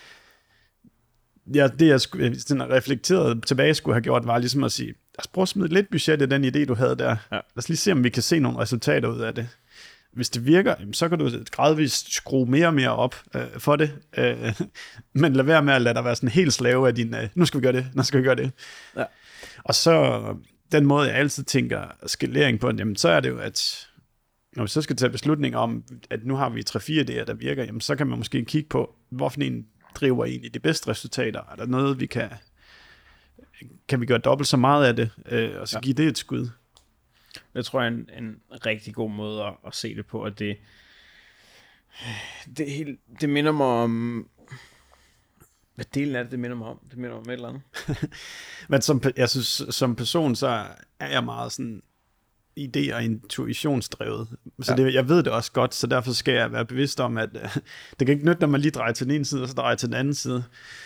ja, det jeg skulle, sådan reflekteret tilbage skulle have gjort, var ligesom at sige, lad os prøve at smide lidt budget i den idé, du havde der. Ja. Lad os lige se, om vi kan se nogle resultater ud af det. Hvis det virker, så kan du gradvist skrue mere og mere op øh, for det. Øh, men lad være med at lade dig være sådan helt slave af din, øh, nu skal vi gøre det, nu skal vi gøre det. Ja. Og så den måde, jeg altid tænker skalering på, jamen, så er det jo, at når vi så skal tage beslutninger om, at nu har vi tre fire idéer, der virker, jamen, så kan man måske kigge på, hvorfor en driver egentlig de bedste resultater. Er der noget, vi kan, kan vi gøre dobbelt så meget af det, øh, og så ja. Give det et skud? Det tror jeg er en, en rigtig god måde at, at se det på, at det, det, helt, det minder mig om... Hvad delen af det, det minder mig om? Det minder mig om et eller andet. Men som, jeg synes, som person, så er jeg meget sådan... idé og intuitionsdrevet. Så ja. det, jeg ved det også godt, så derfor skal jeg være bevidst om, at uh, det kan ikke nytte, når man lige drejer til den ene side, og så drejer til den anden side.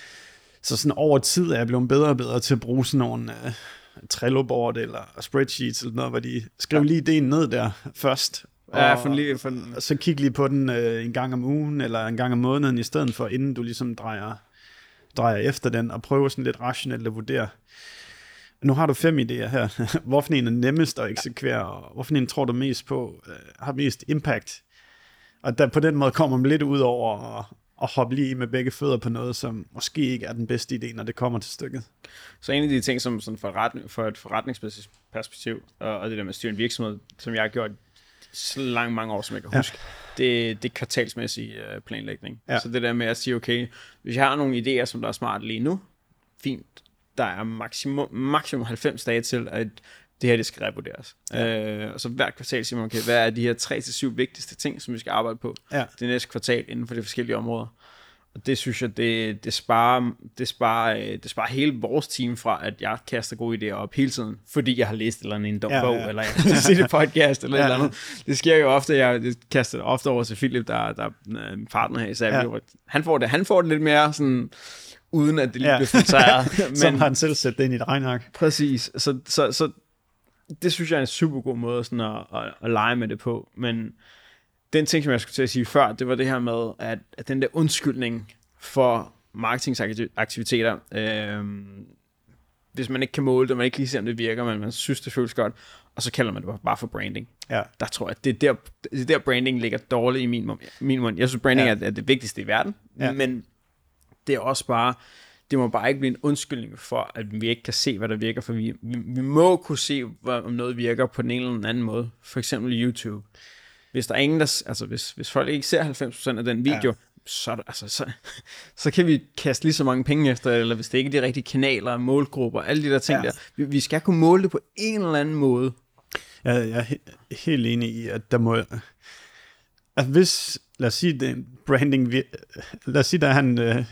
Så sådan over tid er jeg blevet bedre og bedre til at bruge sådan nogle uh, Trello-board eller spreadsheets eller noget, hvor de skriver ja. lige ideen ned der først. Ja, og, for lige, for... og så kig lige på den uh, en gang om ugen eller en gang om måneden, i stedet for, inden du ligesom drejer, drejer efter den, og prøver sådan lidt rationelt at vurdere. Nu har du fem idéer her. Hvorfor en er nemmest at eksekvere, og hvorfor en tror du mest på, uh, har mest impact? Og der, på den måde kommer man lidt ud over at, at hoppe lige med begge fødder på noget, som måske ikke er den bedste idé, når det kommer til stykket. Så en af de ting, som sådan forretning, for et forretningsmæssigt perspektiv, og, og det der med at styre en virksomhed, som jeg har gjort så langt mange år, som jeg kan huske, ja. det, det er kvartalsmæssig uh, planlægning. Ja. Så det der med at sige, okay, hvis jeg har nogle idéer, som der er smart lige nu, fint, der er maksimum, maksimum halvfems dage til, at det her, det skal revurderes. Ja. Øh, og så hver kvartal siger man, okay, hvad er de her tre til syv vigtigste ting, som vi skal arbejde på ja. det næste kvartal inden for de forskellige områder. Og det synes jeg, det, det, sparer, det, sparer, det sparer hele vores team fra, at jeg kaster gode idéer op hele tiden, fordi jeg har læst eller en dum bog, ja, ja. eller jeg har set et podcast, eller ja. et eller andet. Det sker jo ofte, jeg kaster det ofte over til Philip, der, der er min partner her i Savio. Ja. Han, får det, han får det lidt mere sådan, uden at det lige ja. bliver filtreret. Men som har han selv sat det ind i et regnark. Præcis. Så, så, så det synes jeg er en super god måde sådan at, at, at lege med det på. Men den ting, som jeg skulle til at sige før, det var det her med, at, at den der undskyldning for marketingsaktiviteter, øh, hvis man ikke kan måle det, man ikke lige ser, om det virker, men man synes, det føles godt, og så kalder man det bare for branding. Ja. Der tror jeg, at det er der, det er der branding ligger dårligt i min, min mund. Jeg synes, branding ja. er, er det vigtigste i verden, ja. men det er også bare, det må bare ikke blive en undskyldning for, at vi ikke kan se, hvad der virker, for vi, vi, vi må kunne se, hvad, om noget virker på den ene eller den anden måde. For eksempel YouTube. Hvis der er ingen, der, altså hvis, hvis folk ikke ser halvfems procent af den video, ja. så, altså, så, så kan vi kaste lige så mange penge efter, eller hvis det ikke er de rigtige kanaler, målgrupper, alle de der ting ja. der. Vi, vi skal kunne måle det på en eller anden måde. Ja, jeg er he- helt enig i, at der må... At hvis, lad os sige, det er branding... Lad os sige, der er en... Øh,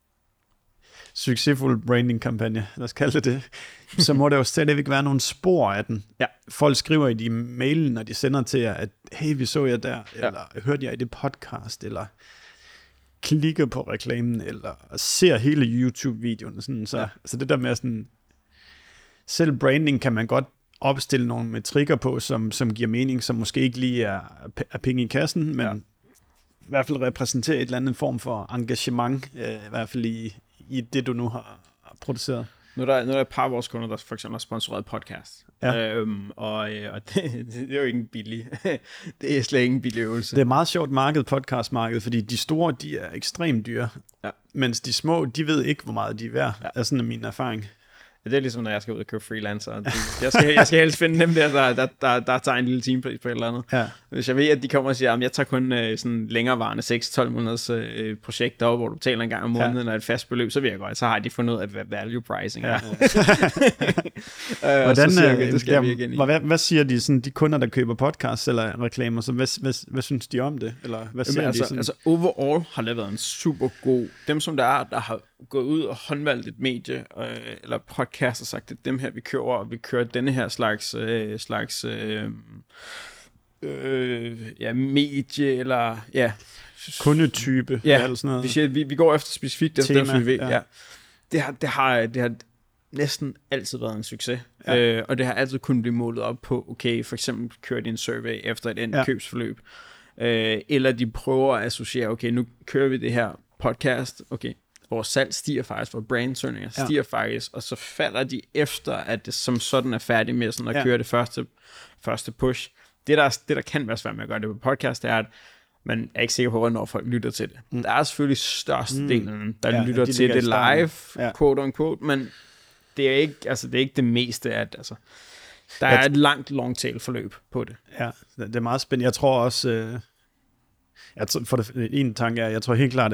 succesfuld branding-kampagne, lad os kalde det det, så må der jo stadigvæk være nogle spor af den. Ja. Folk skriver i de mail, når de sender til jer, at hey, vi så jer der, ja. eller hørte jeg i det podcast, eller klikker på reklamen, eller ser hele YouTube-videoen. Sådan, så, ja. så det der med sådan, selv branding kan man godt opstille nogle metrikker på, som, som giver mening, som måske ikke lige er, er penge i kassen, men ja. i hvert fald repræsenterer et eller andet form for engagement, øh, i hvert fald i i det, du nu har produceret. Nu er der, nu er der et par af vores kunder, der for eksempel har sponsoreret podcast. Ja. Øhm, og og det, det er jo ikke en billig, det er slet ikke en billig øvelse. Det er et meget sjovt marked, podcastmarked, fordi de store, de er ekstremt dyre, ja. mens de små, de ved ikke, hvor meget de er værd, ja. er sådan min erfaring. Ja, det er ligesom, når jeg skal ud og købe freelancer. Jeg skal, jeg skal helst finde dem der, der, der, der, der tager en lille timepris på et eller andet. Ja. Hvis jeg ved, at de kommer og siger, at jeg tager kun øh, sådan længerevarende seks til tolv måneders øh, projekt deroppe, hvor du betaler en gang om måneden ja. og et fast beløb, så vil jeg godt. Så har de fundet ud af, hvad value pricing er. Ja. øh, Hvordan, så siger jeg, det skal der, vi igen i. Hvad, hvad siger de, sådan, de kunder, der køber podcasts eller reklamer, så hvad, hvad, hvad synes de om det? Eller hvad siger Jamen, altså, de sådan? Altså overall har det været en super god. Dem, som der er, der har gået ud og håndvalgt et medie øh, eller podcast og sagt, det er dem her, vi kører, og vi kører denne her slags, øh, slags øh, øh, ja, medie, eller ja, kundetype, ja, eller sådan noget. Vi, siger, vi, vi går efter specifikt efter dem, vi ved. Ja. Ja. Det, har, det, har, det har næsten altid været en succes, ja. øh, og det har altid kunnet blive målet op på, okay, for eksempel kører de en survey efter et endt ja. købsforløb, øh, eller de prøver at associere, okay, nu kører vi det her podcast, okay, vores salg stiger faktisk, vores brandsøgninger stiger ja. faktisk, og så falder de efter, at det som sådan er færdig med sådan at ja. køre det første, første push. Det der, det, der kan være svært med at gøre det på podcast, det er, at man er ikke sikker på, hvornår folk lytter til det. Mm. Der er selvfølgelig størstedelen, der mm. lytter ja, de til det live, ja. quote on quote, men det er ikke, altså, det er ikke det meste af det. Altså. Der er et langt, long tail forløb på det. Ja, det er meget spændende. Jeg tror også, øh, jeg tror, for det en tanke er, jeg tror helt klart, at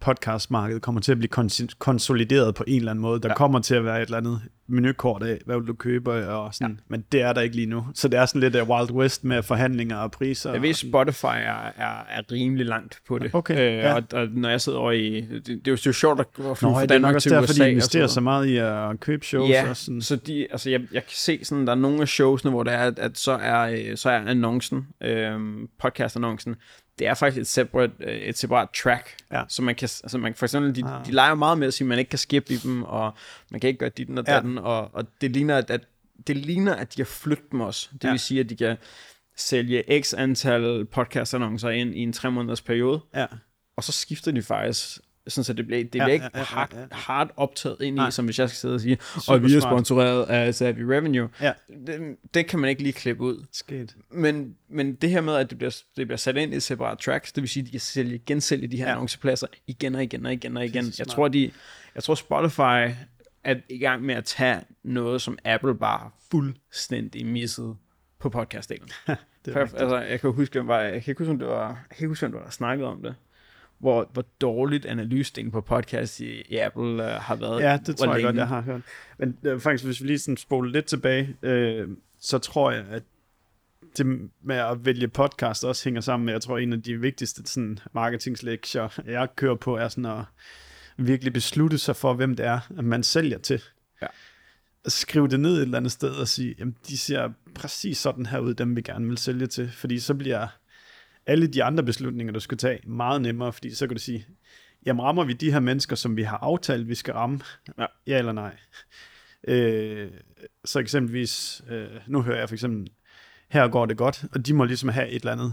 podcastmarkedet kommer til at blive kons- konsolideret på en eller anden måde. Der ja. kommer til at være et eller andet menukort af, hvad vil du købe, og sådan. Ja. Men det er der ikke lige nu. Så det er sådan lidt uh, Wild West med forhandlinger og priser. Jeg ved, Spotify er, er, er rimelig langt på det. Okay, øh, ja. og, og når jeg sidder over i... Det, det er jo så sjovt at flyve Nå, fra Danmark til U S A. Derfor, de investerer så meget i at købe shows. Ja, og sådan. så de, altså jeg, jeg kan se sådan, der er nogle af showsene, hvor det er, at, at så, er, så er annoncen, øh, podcast-annoncen, det er faktisk et separate, et separat track, ja. så man kan, altså man, for eksempel, de, ah. de leger meget med at sige, at man ikke kan skippe i dem, og man kan ikke gøre dit og datten, ja. og, og det ligner, at, at det ligner, at de har flyttet dem også. Det ja. vil sige, at de kan sælge x antal podcast-annoncer ind i en tre måneders periode, ja. og så skifter de faktisk, sådan så det bliver, det bliver ja, ikke ja, ja, hard, ja, ja. hard optaget ind i, Nej. som hvis jeg skal sidde og sige, Super og vi er sponsoreret af Savvy Revenue. Ja. Det, det kan man ikke lige klippe ud. Sket. Men, men det her med, at det bliver, det bliver sat ind i separate tracks, det vil sige, at de kan sælge, gensælge de her ja. annoncepladser igen og igen og igen og igen. Jeg tror, de, jeg tror Spotify er i gang med at tage noget, som Apple bare fuldstændig missede på podcastdelen. altså, jeg kan huske, jeg, var, jeg kan ikke huske, om det var, jeg kan ikke huske, om det var, der snakkede om det. Hvor, hvor dårligt analysedelen på podcast i, i Apple uh, har været. Ja, det tror jeg længe. godt, jeg har hørt. Men øh, faktisk, hvis vi lige sådan spoler lidt tilbage, øh, så tror jeg, at det med at vælge podcast også hænger sammen med, jeg tror, en af de vigtigste sådan, marketingslektier, jeg kører på, er sådan at virkelig beslutte sig for, hvem det er, at man sælger til. Ja. Skriv det ned et eller andet sted og sige, jamen, de ser præcis sådan her ud, dem vi gerne vil sælge til, fordi så bliver alle de andre beslutninger, du skal tage, meget nemmere, fordi så kan du sige, jamen rammer vi de her mennesker, som vi har aftalt, vi skal ramme? Ja, ja eller nej? Øh, så eksempelvis, øh, nu hører jeg for eksempel, her går det godt, og de må ligesom have et eller andet,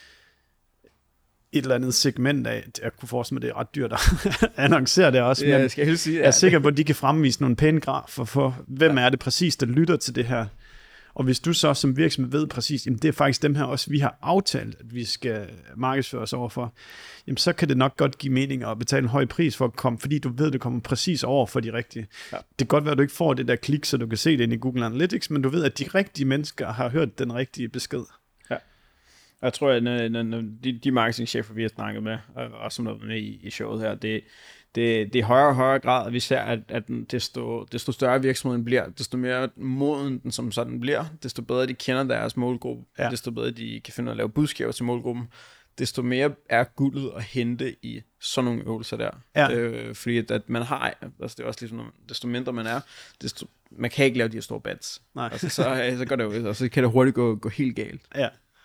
et eller andet segment af, jeg kunne forestille mig, det er ret dyrt at annoncere det også, ja, men jeg, skal sige, jeg er sikker på, at de kan fremvise nogle pæne grafer for, hvem ja. er det præcis, der lytter til det her. Og hvis du så som virksomhed ved præcis, jamen det er faktisk dem her også, vi har aftalt, at vi skal markedsføre os overfor, jamen så kan det nok godt give mening at betale en høj pris for at komme, fordi du ved, det kommer præcis over for de rigtige. Ja. Det kan godt være, at du ikke får det der klik, så du kan se det ind i Google Analytics, men du ved, at de rigtige mennesker har hørt den rigtige besked. Ja. Jeg tror, at de, de marketingchefer, vi har snakket med, og som er med i, i showet her, det Det, det er højere og højere grad, at vi ser, at, at desto, desto større virksomheden bliver, desto mere moden den som sådan bliver, desto bedre de kender deres målgruppe, ja. desto bedre de kan finde ud af at lave budskaber til målgruppen, desto mere er guldet at hente i sådan nogle øvelser der. Ja. Øh, fordi at, at man har, altså det er også ligesom, desto mindre man er, desto, man kan ikke lave de her store bets. Nej. Altså, så, så går det jo, og så kan det hurtigt gå, gå helt galt. Ja.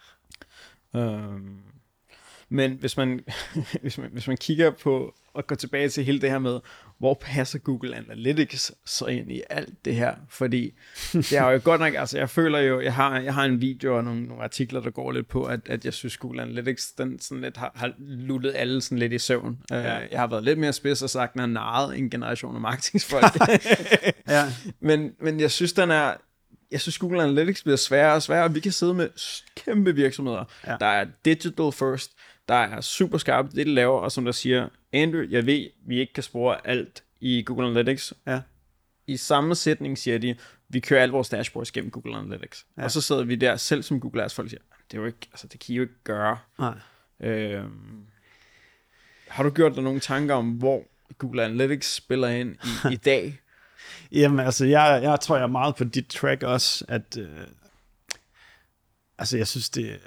Øhm, men hvis man, hvis man, hvis man kigger på, og gå tilbage til hele det her med, hvor passer Google Analytics så ind i alt det her? Fordi det er jo godt nok, altså jeg føler jo, jeg har, jeg har en video og nogle, nogle artikler, der går lidt på, at, at jeg synes Google Analytics, den sådan lidt har, har luttet alle sådan lidt i søvn. Ja. Uh, jeg har været lidt mere spids og sagt, at den har narret en generation af marketingsfolk. ja. men, men jeg synes, den er, jeg synes Google Analytics bliver sværere og sværere, og vi kan sidde med kæmpe virksomheder, ja. der er digital first, der er super skarpt det, de laver, og som der siger, Andrew, jeg ved, vi ikke kan spore alt i Google Analytics. Ja. I samme sætning siger de, vi kører alle vores dashboards gennem Google Analytics. Ja. Og så sidder vi der selv som Google Ads folk siger, det er jo ikke, altså det kan I jo ikke gøre. Nej. Øhm, har du gjort dig nogle tanker om, hvor Google Analytics spiller ind i, i dag? Jamen altså, jeg, jeg tror jeg er meget på dit track også, at øh, altså jeg synes det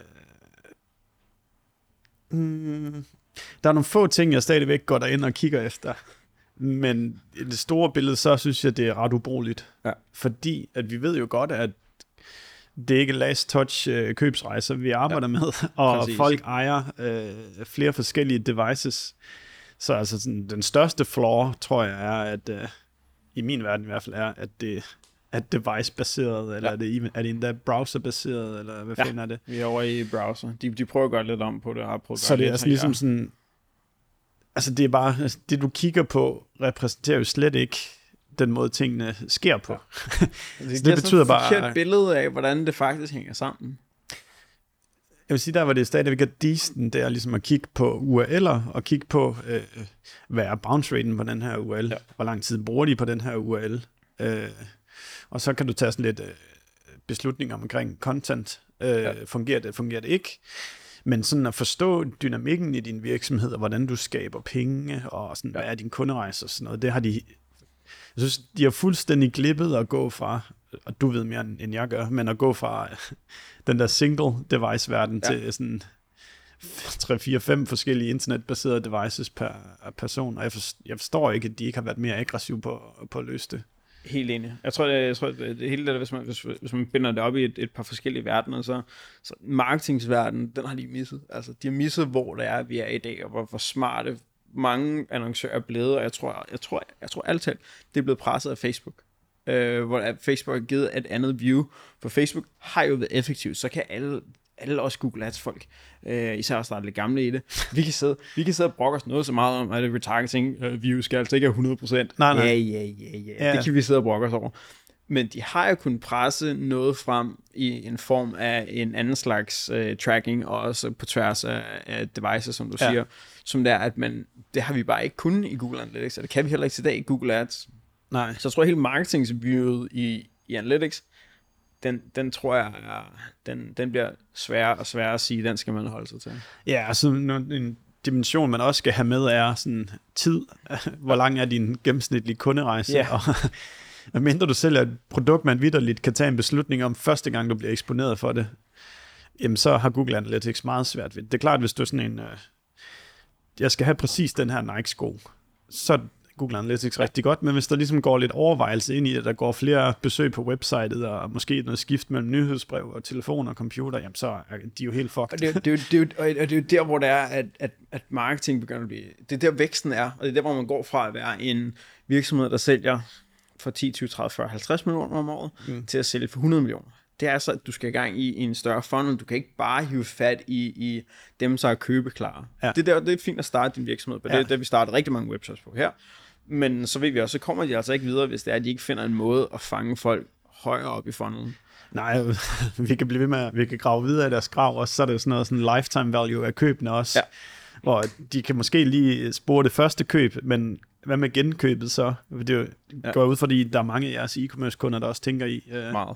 mm, der er nogle få ting, jeg stadigvæk går derind og kigger efter. Men i det store billede, så synes jeg, det er ret ubrugeligt. Ja. Fordi at vi ved jo godt, at det er ikke last touch øh, købsrejser, vi arbejder ja. med. Og Præcis. folk ejer øh, flere forskellige devices. Så altså sådan, den største flaw, tror jeg, er, at øh, i min verden i hvert fald, er, at det er device-baseret, eller ja. er, det, er det endda browser-baseret, eller hvad ja. fanden er det? Vi er over i browser. De, de prøver at gøre lidt om på det. Har prøvet så det er altså ligesom sådan, altså det er bare, altså det du kigger på, repræsenterer jo slet ikke den måde tingene sker på. Ja. det, det betyder bare et billede af, hvordan det faktisk hænger sammen. Jeg vil sige, der var det stadigvæk et decent, der ligesom at kigge på U R L'er, og kigge på, øh, hvad er bounce raten på den her U R L, ja. hvor lang tid bruger de på den her U R L, øh, og så kan du tage sådan lidt øh, beslutninger omkring content, øh, ja. fungerer det, fungerer det ikke. Men sådan at forstå dynamikken i din virksomhed, og hvordan du skaber penge, og sådan, ja. hvad er din kunderejse og sådan noget, det har de, jeg synes, de har fuldstændig glippet at gå fra, og du ved mere end jeg gør, men at gå fra den der single device-verden ja. til sådan tre, fire, fem forskellige internetbaserede devices per person, og jeg forstår, jeg forstår ikke, at de ikke har været mere aggressive på, på at løse det. Helt enig. Jeg tror, det, jeg tror det, det hele det, hvis man, hvis, hvis man binder det op i et, et par forskellige verdener, så, så marketingsverdenen, den har de misset. Altså, de har misset, hvor det er, vi er i dag, og hvor, hvor smarte mange annoncører er blevet, og jeg tror, jeg tror, jeg tror altid, det er blevet presset af Facebook. Øh, hvor Facebook har givet et andet view, for Facebook har jo været effektivt, så kan alle alle også Google Ads folk, øh, især også der er lidt gamle i det, vi kan sidde, vi kan sidde og brokke os noget så meget om, at det retargeting øh, view skal altså ikke have hundrede procent. Nej, nej. Ja, ja, ja, ja, ja. Det kan vi sidde og brokke os over. Men de har jo kunnet presse noget frem i en form af en anden slags øh, tracking, og også på tværs af, af devices, som du ja. siger, som der, at man, det har vi bare ikke kunnet i Google Analytics, og det kan vi heller ikke til dag i Google Ads. Nej. Så jeg tror, at hele marketingsviewet i, i Analytics, Den, den tror jeg, den, den bliver sværere og sværere at sige, den skal man holde sig til. Ja, altså en dimension, man også skal have med, er sådan tid. Hvor lang er din gennemsnitlige kunderejse? Yeah. Og mindre du sælger et produkt, man vitterligt kan tage en beslutning om, første gang du bliver eksponeret for det, jamen så har Google Analytics meget svært ved det. Det er klart, hvis du er sådan en, øh, jeg skal have præcis den her Nike-sko, så Google Analytics rigtig godt, men hvis der ligesom går lidt overvejelse ind i det, der går flere besøg på websitet, og måske noget skift mellem nyhedsbrev og telefon og computer, jamen så er de jo helt fucked. Og det, det, det, det, og det er jo der, hvor det er, at, at, at marketing begynder at blive, det er der væksten er, og det er der, hvor man går fra at være en virksomhed, der sælger for ti, tyve, tredive, fyrre, halvtreds millioner om året, mm. til at sælge for hundrede millioner. Det er så, at du skal i gang i, i en større funnel. Du kan ikke bare hive fat i, i dem, der er købeklare. Ja. Det, der, det er fint at starte din virksomhed på. Ja. Det er det, vi starter rigtig mange websites på her. Men så ved vi også, så kommer de altså ikke videre, hvis det er, at de ikke finder en måde at fange folk højere op i funnelen. Nej, vi kan blive ved med, vi kan grave videre i deres grav, og så er det sådan noget sådan lifetime value af købene også, ja. Hvor de kan måske lige spore det første køb, men hvad med genkøbet så? Det går ja. ud, fordi der er mange af jeres e-commerce kunder, der også tænker i, øh, meget.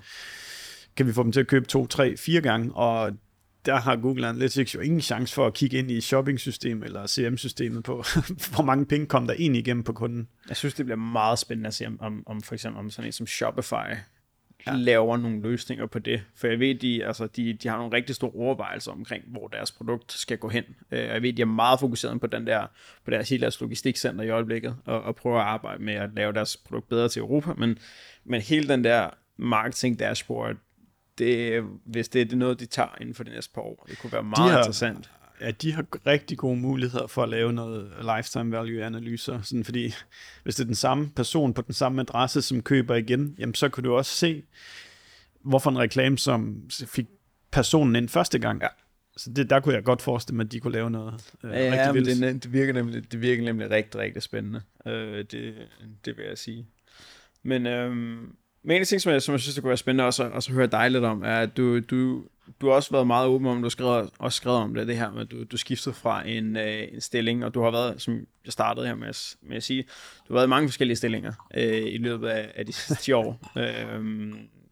Kan vi få dem til at købe to, tre, fire gange, og der har Google Analytics jo ingen chance for at kigge ind i shopping-systemet eller C R M-systemet på, hvor mange penge kom der egentlig igennem på kunden. Jeg synes, det bliver meget spændende at se, om, om, om for eksempel om sådan en som Shopify ja. laver nogle løsninger på det. For jeg ved, de, altså, de, de har nogle rigtig store overvejelser omkring, hvor deres produkt skal gå hen. Jeg ved, de er meget fokuseret på, den der, på deres hele deres logistikcenter i øjeblikket, og, og prøver at arbejde med at lave deres produkt bedre til Europa. Men, men hele den der marketing dashboard, det, hvis det er det noget, de tager inden for de næste par år. Det kunne være meget har, interessant. Ja, de har rigtig gode muligheder for at lave noget lifetime value analyser, sådan fordi hvis det er den samme person på den samme adresse, som køber igen, jamen så kan du også se, hvorfor en reklame, som fik personen ind første gang. Ja. Så det, der kunne jeg godt forestille mig, at de kunne lave noget øh, ja, rigtig ja, vildt. Det, det, virker nemlig, det virker nemlig rigtig, rigtig spændende. Øh, det, det vil jeg sige. Men øhm, Men en af ting, som jeg, som jeg synes, det kunne være spændende også, også at høre dig lidt om, er, at du, du, du har også været meget åben om, du har skrevet, også skrevet om det, det her med, at du, du skiftede fra en, øh, en stilling, og du har været, som jeg startede her med at, med at sige, du har været i mange forskellige stillinger øh, i løbet af, af de sidste ti år, øh,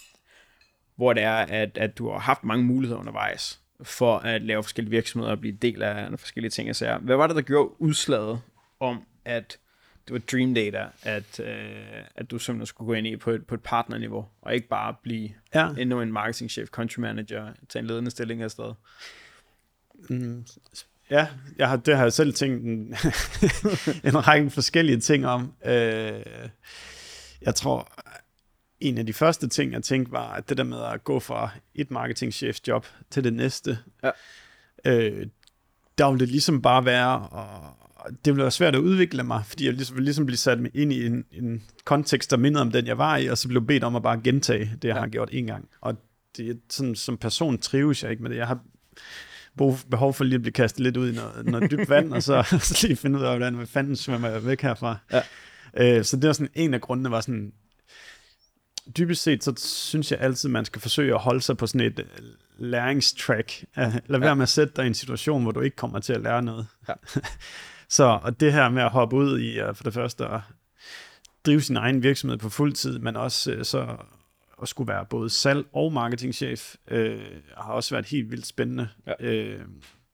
hvor det er, at, at du har haft mange muligheder undervejs for at lave forskellige virksomheder og blive del af forskellige ting og sager. Hvad var det, der gjorde udslaget om, at det var Dream Data, at, øh, at du simpelthen skulle gå ind i på et, på et partnerniveau, og ikke bare blive ja. endnu en marketingchef, country manager, tage en ledende stilling afsted? Mm, ja, jeg har, det har jeg selv tænkt en, en række forskellige ting om. Øh, jeg tror, en af de første ting, jeg tænkte, var, at det der med at gå fra et marketingchefjob til det næste, ja. øh, der ville det ligesom bare være at det ville være svært at udvikle mig, fordi jeg ligesom, ville ligesom blive sat ind i en, en kontekst, der mindede om den, jeg var i, og så blev bedt om at bare gentage det, jeg ja. har gjort en gang. Og det, sådan, som person trives jeg ikke med det. Jeg har behov for lige at blive kastet lidt ud i noget, noget dybt vand, og så, så lige finde ud af, hvordan fanden svømmer jeg væk herfra. Ja. Øh, så det var sådan en af grundene, var sådan, dybest set, så synes jeg altid, man skal forsøge at holde sig på sådan et læringstrack. Lad være ja. med at sætte dig i en situation, hvor du ikke kommer til at lære noget. Ja. Så og det her med at hoppe ud i, for det første, at drive sin egen virksomhed på fuld tid, men også så at skulle være både salg- og marketingchef, øh, har også været helt vildt spændende. Ja. Øh,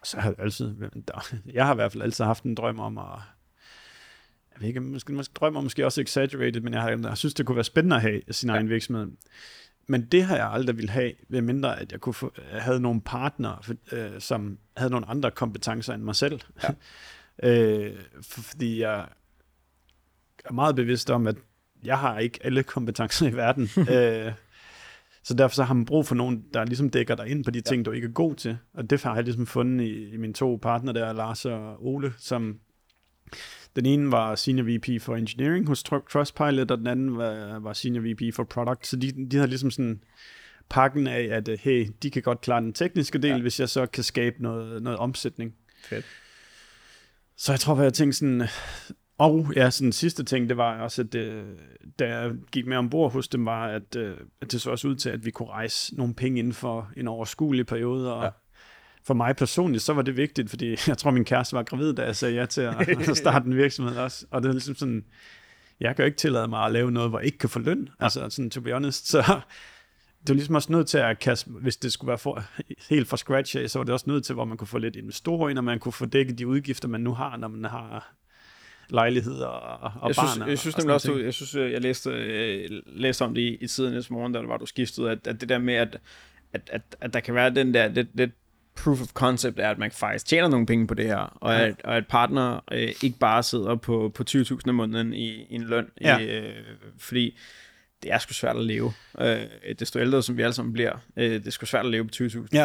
så har jeg altid, jeg har i hvert fald altid haft en drøm om at, jeg ved ikke, måske, måske drømmer måske også exaggerated, men jeg har jeg synes, det kunne være spændende at have sin ja. egen virksomhed. Men det har jeg aldrig ville have, ved mindre at jeg kunne få, havde nogle partnere, for, øh, som havde nogle andre kompetencer end mig selv. Ja. øh, fordi jeg er meget bevidst om, at jeg har ikke alle kompetencer i verden. øh, så derfor så har man brug for nogen, der ligesom dækker dig ind på de ting, ja. du ikke er god til. Og det har jeg ligesom fundet i, i mine to partnere der, Lars og Ole, som den ene var Senior V P for Engineering hos Trustpilot, og den anden var, var Senior V P for Product. Så de, de havde ligesom sådan pakken af, at hey, de kan godt klare den tekniske del, ja. hvis jeg så kan skabe noget, noget omsætning. Fedt. Så jeg tror, at jeg tænkte sådan... Og ja, sådan sidste ting, det var også, at øh, da jeg gik med ombord hos dem, var, at, øh, at det så også ud til, at vi kunne rejse nogle penge inden for en overskuelig periode, og ja. for mig personligt, så var det vigtigt, fordi jeg tror, min kæreste var gravid, da jeg sagde ja til at starte en virksomhed også. Og det er ligesom sådan, jeg kan jo ikke tillade mig at lave noget, hvor jeg ikke kan få løn. Ja. Altså sådan, to be honest. Så det var ligesom også nødt til at kaste, hvis det skulle være for, helt fra scratch af, så var det også nødt til, hvor man kunne få lidt investorer ind, og man kunne få dækket de udgifter, man nu har, når man har lejligheder og, og jeg barn. Synes, jeg synes nemlig også, du, jeg synes, jeg læste, jeg læste om det i, i tiden næste morgen, da det var, du skiftede, at, at det der med, at, at, at, at der kan være den der lidt, lidt proof of concept er, at man faktisk tjener nogle penge på det her, og, ja. at, og at partner øh, ikke bare sidder på, på tyve tusind om måneden i, i en løn, ja. i, øh, fordi det er sgu svært at leve. Øh, desto ældre, som vi alle sammen bliver, øh, det er sgu svært at leve på tyve tusind.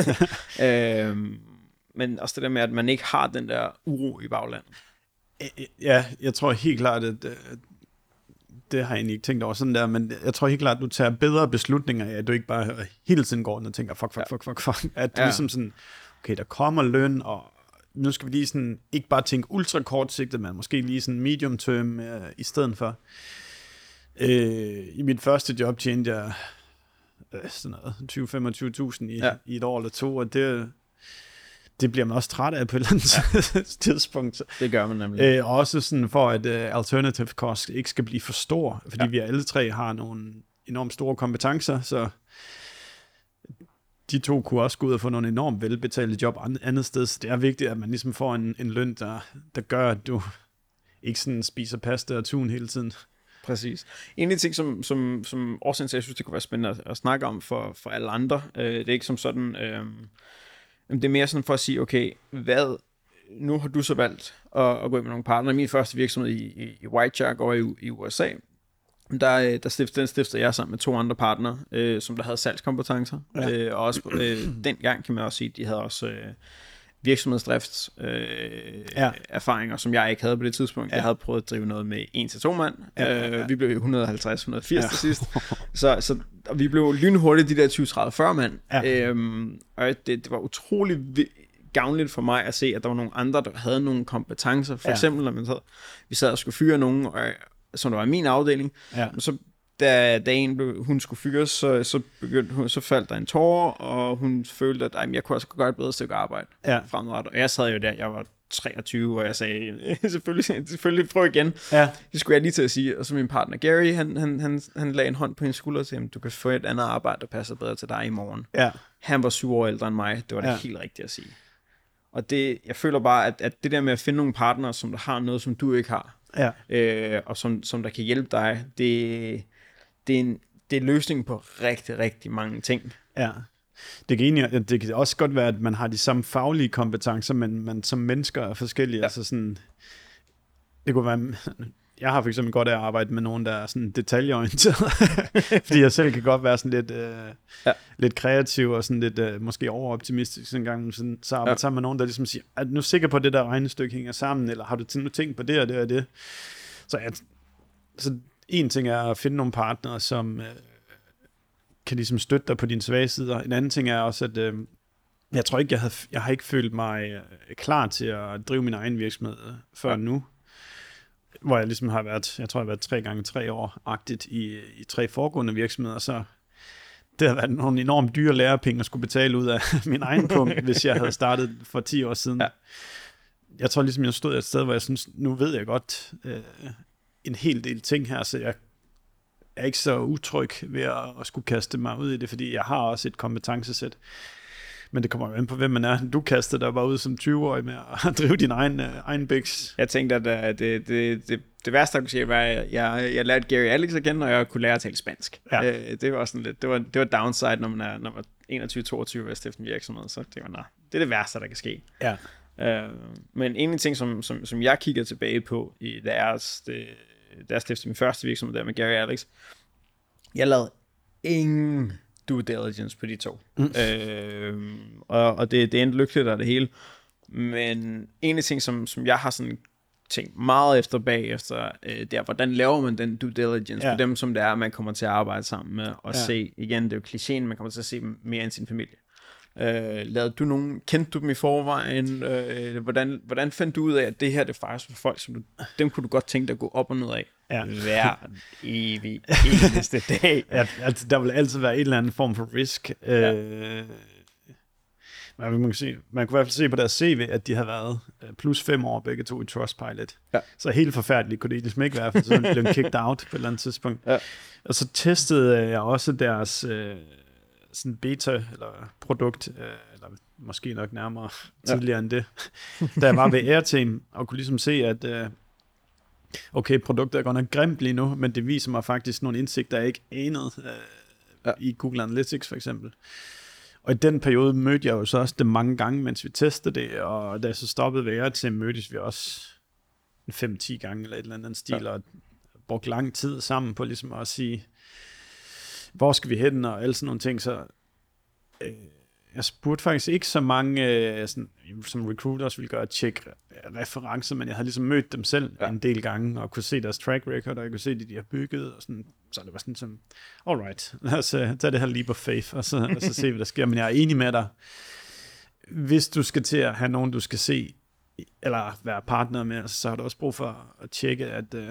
Ja. øh, men også det der med, at man ikke har den der uro i baglandet. Ja, jeg tror helt klart, at det har jeg egentlig ikke tænkt over sådan der, men jeg tror helt klart, at du tager bedre beslutninger af, at du ikke bare hele tiden går og tænker, fuck, fuck, fuck, fuck, fuck. At du ja. ligesom sådan, okay, der kommer løn, og nu skal vi lige sådan, ikke bare tænke ultra kortsigtet, men måske lige sådan medium term uh, i stedet for. Øh, I mit første job tjente jeg øh, sådan noget tyve til femogtyve tusind i, ja. i et år eller to, og det det bliver man også træt af på et eller andet ja. tidspunkt. Det gør man nemlig. Øh, også sådan for, at uh, alternative cost ikke skal blive for stor, fordi ja. vi alle tre har nogle enormt store kompetencer, så de to kunne også gå ud og få nogle enormt velbetalte job andet sted, så det er vigtigt, at man ligesom får en, en løn, der, der gør, at du ikke sådan spiser pasta og tun hele tiden. Præcis. En af de ting, som, som, som årsagen til, jeg synes, det kunne være spændende at, at snakke om for, for alle andre, øh, det er ikke som sådan... Øh, det er mere sådan for at sige, okay, hvad, nu har du så valgt at, at gå ind med nogle partnere. Min første virksomhed i, i, i Whiteshark over i, i U S A, der, der stiftede, den stiftede jeg sammen med to andre partnere, øh, som der havde salgskompetencer. Ja. Øh, og også øh, dengang kan man også sige, de havde også øh, virksomhedsdrifts øh, ja. erfaringer, som jeg ikke havde på det tidspunkt. Ja. Jeg havde prøvet at drive noget med en til to mand. Ja, ja, ja. Øh, vi blev et hundrede og halvtreds til et hundrede og firs ja. til sidst. Så, så og vi blev lynhurtigt de der tyve, tredive, fyrre mand. Ja. Øhm, og det, det var utrolig gavnligt for mig at se, at der var nogle andre, der havde nogle kompetencer. For ja. eksempel, når man sad, vi sad og skulle fyre nogen, og, som der var i min afdeling. Ja. Så da, da en blev, hun skulle fyres, så, så, begyndte hun, så faldt der en tårer, og hun følte, at ej, jeg kunne også gøre et bedre stykke arbejde ja. fremadrettet. Og jeg sad jo der, jeg var treogtyve, og jeg sagde, selvfølgelig, selvfølgelig prøv igen. Ja. Det skulle jeg lige til at sige. Og så min partner Gary, han, han, han, han lagde en hånd på hendes skulder og sagde, du kan få et andet arbejde, der passer bedre til dig i morgen. Ja. Han var syv år ældre end mig. Det var det ja. helt rigtigt at sige. Og det, jeg føler bare, at, at det der med at finde nogle partnere, som der har noget, som du ikke har, ja. øh, og som, som der kan hjælpe dig, det, det, er en, det er løsningen på rigtig, rigtig mange ting. Ja. Det kan, egentlig, det kan også godt være, at man har de samme faglige kompetencer, men man som mennesker er forskellige. Ja. Altså sådan, det kunne være, jeg har for eksempel godt af at arbejde med nogen, der er sådan detaljeorienteret, fordi jeg selv kan godt være sådan lidt, øh, ja. lidt kreativ og sådan lidt øh, måske overoptimistisk en gang, sådan, så arbejder ja. sammen med nogen, der ligesom siger, er du nu sikker på, at det der regnestykke hænger sammen, eller har du nu tænkt på det og det og det? Så, jeg, så en ting er at finde nogle partnere, som... Øh, kan ligesom støtte dig på dine svage sider. En anden ting er også, at øh, jeg tror ikke, jeg, havde, jeg har ikke følt mig øh, klar til at drive min egen virksomhed øh, før ja. nu. Hvor jeg ligesom har været, jeg tror, jeg har været tre gange tre år-agtigt i, i tre foregående virksomheder, så det har været nogle enormt dyre lærepenge at skulle betale ud af min egen punkt, hvis jeg havde startet for ti år siden. Ja. Jeg tror ligesom, jeg stod et sted, hvor jeg synes, nu ved jeg godt øh, en hel del ting her, så jeg er ikke så utryg ved at, at skulle kaste mig ud i det, fordi jeg har også et kompetencesæt. Men det kommer jo an på, hvem man er. Du kastede dig bare ud som tyve-årig med at drive din egen, uh, egen biks. Jeg tænkte, at uh, det, det, det, det værste, der kunne ske, var, at jeg, jeg lærte Gary Alex igen, og jeg kunne lære at tale spansk. Ja. Uh, det var sådan lidt, det var, det var downside, når man er, når man er enogtyve toogtyve ved at stifte en virksomhed. Så det var, nej, det er det værste, der kan ske. Ja. Uh, men en af de ting, som, som, som jeg kiggede tilbage på, i deres, det, da jeg stiftede min første virksomhed der med Gary Alex, jeg lavede ingen due diligence på de to. Mm. Øh, og og det, det endte lykkeligt af det hele. Men en af de ting, som, som jeg har sådan tænkt meget efter bagefter, øh, det er, hvordan laver man den due diligence ja. på dem, som det er, man kommer til at arbejde sammen med, og ja. se, igen, det er jo klichéen, man kommer til at se dem mere end sin familie. Øh, lavede du nogen, kendte du dem i forvejen? Øh, hvordan, hvordan fandt du ud af, at det her, det er faktisk for folk, som du, dem kunne du godt tænke dig at gå op og ned af? Ja. Hver evig eneste dag. Ja, altså, der vil altid være en eller anden form for risk. Ja. Øh, man, kan se, man kunne i hvert fald se på deres C V, at de har været plus fem år begge to i Trustpilot. Ja. Så helt forfærdeligt kunne det ligesom ikke være, for så blev de kicked out på et eller andet tidspunkt. Ja. Og så testede jeg også deres øh, sådan beta eller produkt, øh, eller måske nok nærmere tidligere ja. end det, da jeg var ved Airteam, og kunne ligesom se, at øh, okay, produktet er godt nok grimt lige nu, men det viser mig faktisk nogle indsigter, jeg ikke anede øh, ja. i Google Analytics for eksempel. Og i den periode mødte jeg jo så også det mange gange, mens vi testede det, og da jeg så stoppede ved Airteam, mødtes vi også fem til ti gange eller et eller andet stil, ja. og brugte lang tid sammen på ligesom at sige, hvor skal vi hen, og alle sådan nogle ting, så øh, jeg spurgte faktisk ikke så mange, øh, sådan, som recruiters ville gøre, at tjekke referencer, men jeg havde ligesom mødt dem selv ja. en del gange, og kunne se deres track record, og jeg kunne se, det de har bygget, og sådan, så det var sådan som, alright, lad os uh, tage det her leap of faith, og så, og så se, hvad der sker. Men jeg er enig med dig, hvis du skal til at have nogen, du skal se, eller være partner med, så har du også brug for at tjekke, at, uh,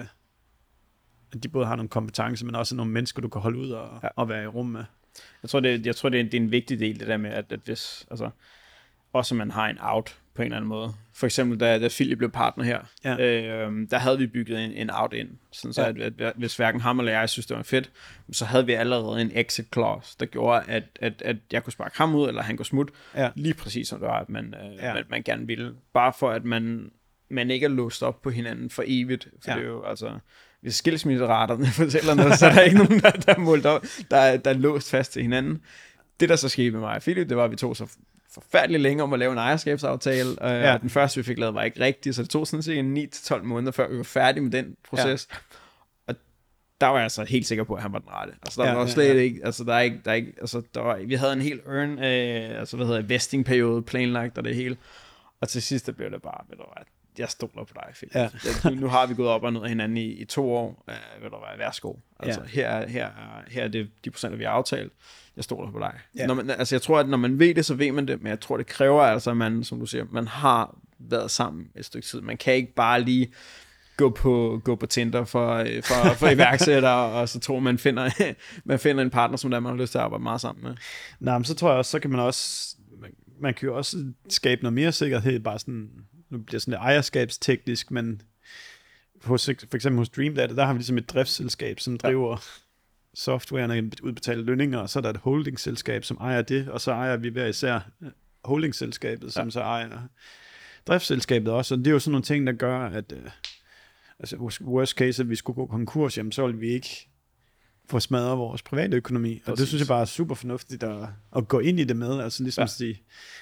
at de både har nogle kompetencer, men også nogle mennesker, du kan holde ud og, ja. og være i rum med. Jeg tror, det, jeg tror det, er, det er en vigtig del, det der med, at, at hvis, altså, også man har en out på en eller anden måde. For eksempel, da, da Philip blev partner her, ja. øh, der havde vi bygget en, en out ind, sådan så ja. at, at, at hvis hverken ham eller jeg synes, det var fedt, så havde vi allerede en exit clause, der gjorde, at, at, at jeg kunne sparke ham ud, eller han kunne smutte, ja. lige præcis som det var, at man, øh, ja. man, man gerne ville. Bare for, at man, man ikke er låst op på hinanden for evigt, for ja. det er jo, altså... Hvis skilsmisseraterne fortæller noget, så er der ikke nogen, der, der er målt op, der er, der er låst fast til hinanden. Det, der så skete med mig og Philip, det var, at vi tog så forfærdeligt længe om at lave en ejerskabsaftale, og ja. den første, vi fik lavet, var ikke rigtig, så det tog sådan set ni til tolv måneder, før vi var færdige med den proces. Ja. Og der var jeg altså helt sikker på, at han var den rette. Altså, der ja, var ja, slet ja. ikke, altså, der er ikke, der er ikke, altså, der var, vi havde en helt earn, øh, altså, hvad hedder vesting-periode planlagt, og det hele. Og til sidst, der blev det bare, ved du hvad, jeg stoler på dig, Philip. Ja. Nu, nu har vi gået op og ned af hinanden i, i to år. Uh, ved du hvad, værsgo. Altså, ja. her, her, her er det de procenter, vi har aftalt. Jeg stoler på dig. Ja. Når man, altså, jeg tror, at når man ved det, så ved man det, men jeg tror, det kræver altså, at man, som du siger, man har været sammen et stykke tid. Man kan ikke bare lige gå på, gå på Tinder for, for, for iværksættere, og så tror man finder, man finder en partner, som der man har lyst til at arbejde meget sammen med. Nej, men så tror jeg også, så kan man også, man, man kan jo også skabe noget mere sikkerhed, bare sådan, nu bliver sådan lidt ejerskabsteknisk, men hos, for eksempel hos Dreamdata, der har vi ligesom et driftsselskab, som driver ja. softwaren og udbetaler lønninger, og så er der et holdingselskab, som ejer det, og så ejer vi hver især holdingselskabet, som ja. så ejer driftsselskabet også, og det er jo sådan nogle ting, der gør, at øh, altså worst case, at vi skulle gå konkurs, jamen så ville vi ikke få smadret vores private økonomi, og Præcis. det synes jeg bare er super fornuftigt at, at gå ind i det med, altså ligesom ja. at sige,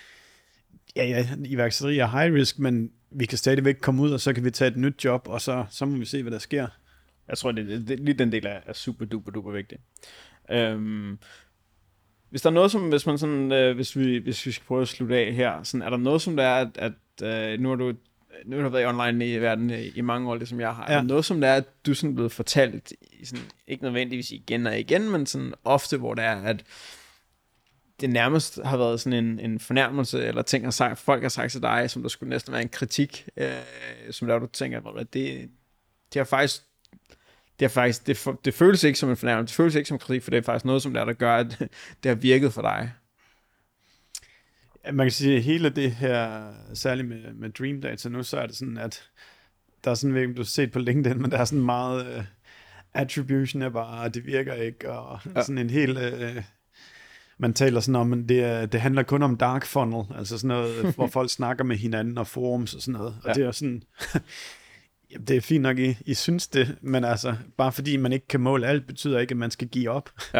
ja, ja, iværksætteri er high risk, men vi kan stadigvæk komme ud, og så kan vi tage et nyt job, og så, så må vi se, hvad der sker. Jeg tror, det, det, det lige den del er, er super duper duper vigtig. Øhm, hvis der er noget, som, hvis man sådan, øh, hvis vi hvis vi skal prøve at slutte af her, sådan, er der noget, som der er, at, at øh, nu har du nu har du været online i verden i, i mange år, ligesom jeg har. Ja. Er der noget, som der er, at du sådan er blevet fortalt, sådan, ikke nødvendigvis igen og igen, men sådan ofte, hvor det er, at det nærmest har været sådan en, en fornærmelse, eller ting, har sagt, folk har sagt til dig, som der skulle næsten være en kritik, øh, som der du tænker, at det, det har faktisk, det har faktisk, det, for, det føles ikke som en fornærmelse, det føles ikke som kritik, for det er faktisk noget, som der, der gør, at det har virket for dig. Ja, man kan sige, at hele det her, særligt med, med Dreamdata nu, så er det sådan, at der er sådan, du har set på LinkedIn, men der er sådan meget uh, attribution af bare, det virker ikke, og ja. sådan en hel... Uh, man taler sådan om, at det, det handler kun om dark funnel, altså sådan noget, hvor folk snakker med hinanden og forums og sådan noget. Og ja. Det er sådan, jamen, det er fint nok, I, I synes det, men altså, bare fordi man ikke kan måle alt, betyder ikke, at man skal give op. Ja.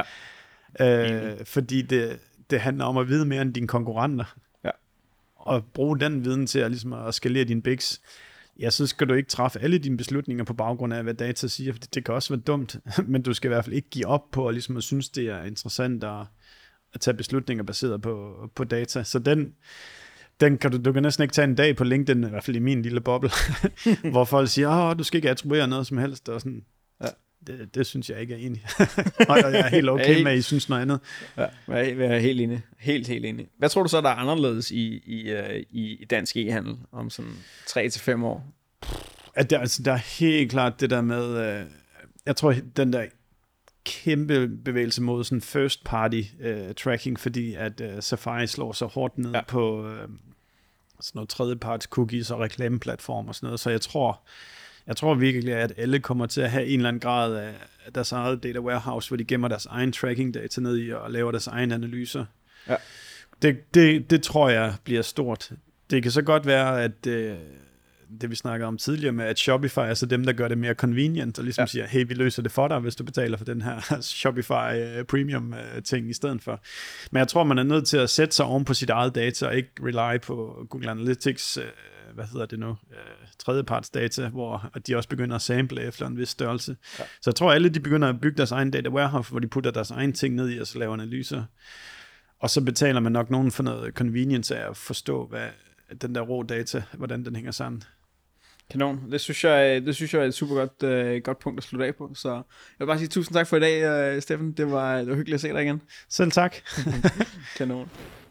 øh, fordi det, det handler om at vide mere end dine konkurrenter. Ja. Og bruge den viden til at, ligesom, at skalere dine bigs. Ja, så skal du ikke træffe alle dine beslutninger på baggrund af, hvad data siger, for det, det kan også være dumt, men du skal i hvert fald ikke give op på, at, ligesom, at synes, det er interessant at, at tage beslutninger baseret på, på data. Så den, den kan du, du kan næsten ikke tage en dag på LinkedIn, i hvert fald i min lille boble, hvor folk siger, åh, du skal ikke attribuere noget som helst, og sådan, ja. det, det synes jeg ikke er enig. Og jeg er helt okay med, at I synes noget andet. Ja, jeg er helt enig. Helt, helt enig. Hvad tror du så, der er anderledes i, i, i dansk e-handel om sådan tre til fem år? At der, altså, der er helt klart det der med, øh, jeg tror, den der kæmpe bevægelse mod sådan first party øh, tracking, fordi at øh, Safari slår så hårdt ned ja. på øh, sådan noget tredjeparts cookies og reklameplatform og sådan noget, så jeg tror, jeg tror virkelig, at alle kommer til at have en eller anden grad af deres eget data warehouse, hvor de gemmer deres egen tracking data ned i og laver deres egen analyser. Ja. Det, det, det tror jeg bliver stort. Det kan så godt være, at øh, det vi snakkede om tidligere med, at Shopify er så dem, der gør det mere convenient, og ligesom ja. siger, hey, vi løser det for dig, hvis du betaler for den her Shopify Premium ting i stedet for. Men jeg tror, man er nødt til at sætte sig oven på sit eget data, og ikke rely på Google Analytics, hvad hedder det nu, tredjeparts data, hvor de også begynder at sample efter en vis størrelse. Ja. Så jeg tror, alle de begynder at bygge deres egen data warehouse, hvor de putter deres egen ting ned i, og så laver analyser. Og så betaler man nok nogen for noget convenience af at forstå, hvad den der rå data, hvordan den hænger sammen. Kanon. Det synes jeg, det synes jeg er et super godt, uh, godt punkt at slutte af på. Så jeg vil bare sige tusind tak for i dag, uh, Steffen. Det var, det var hyggeligt at se dig igen. Selv tak. Kanon.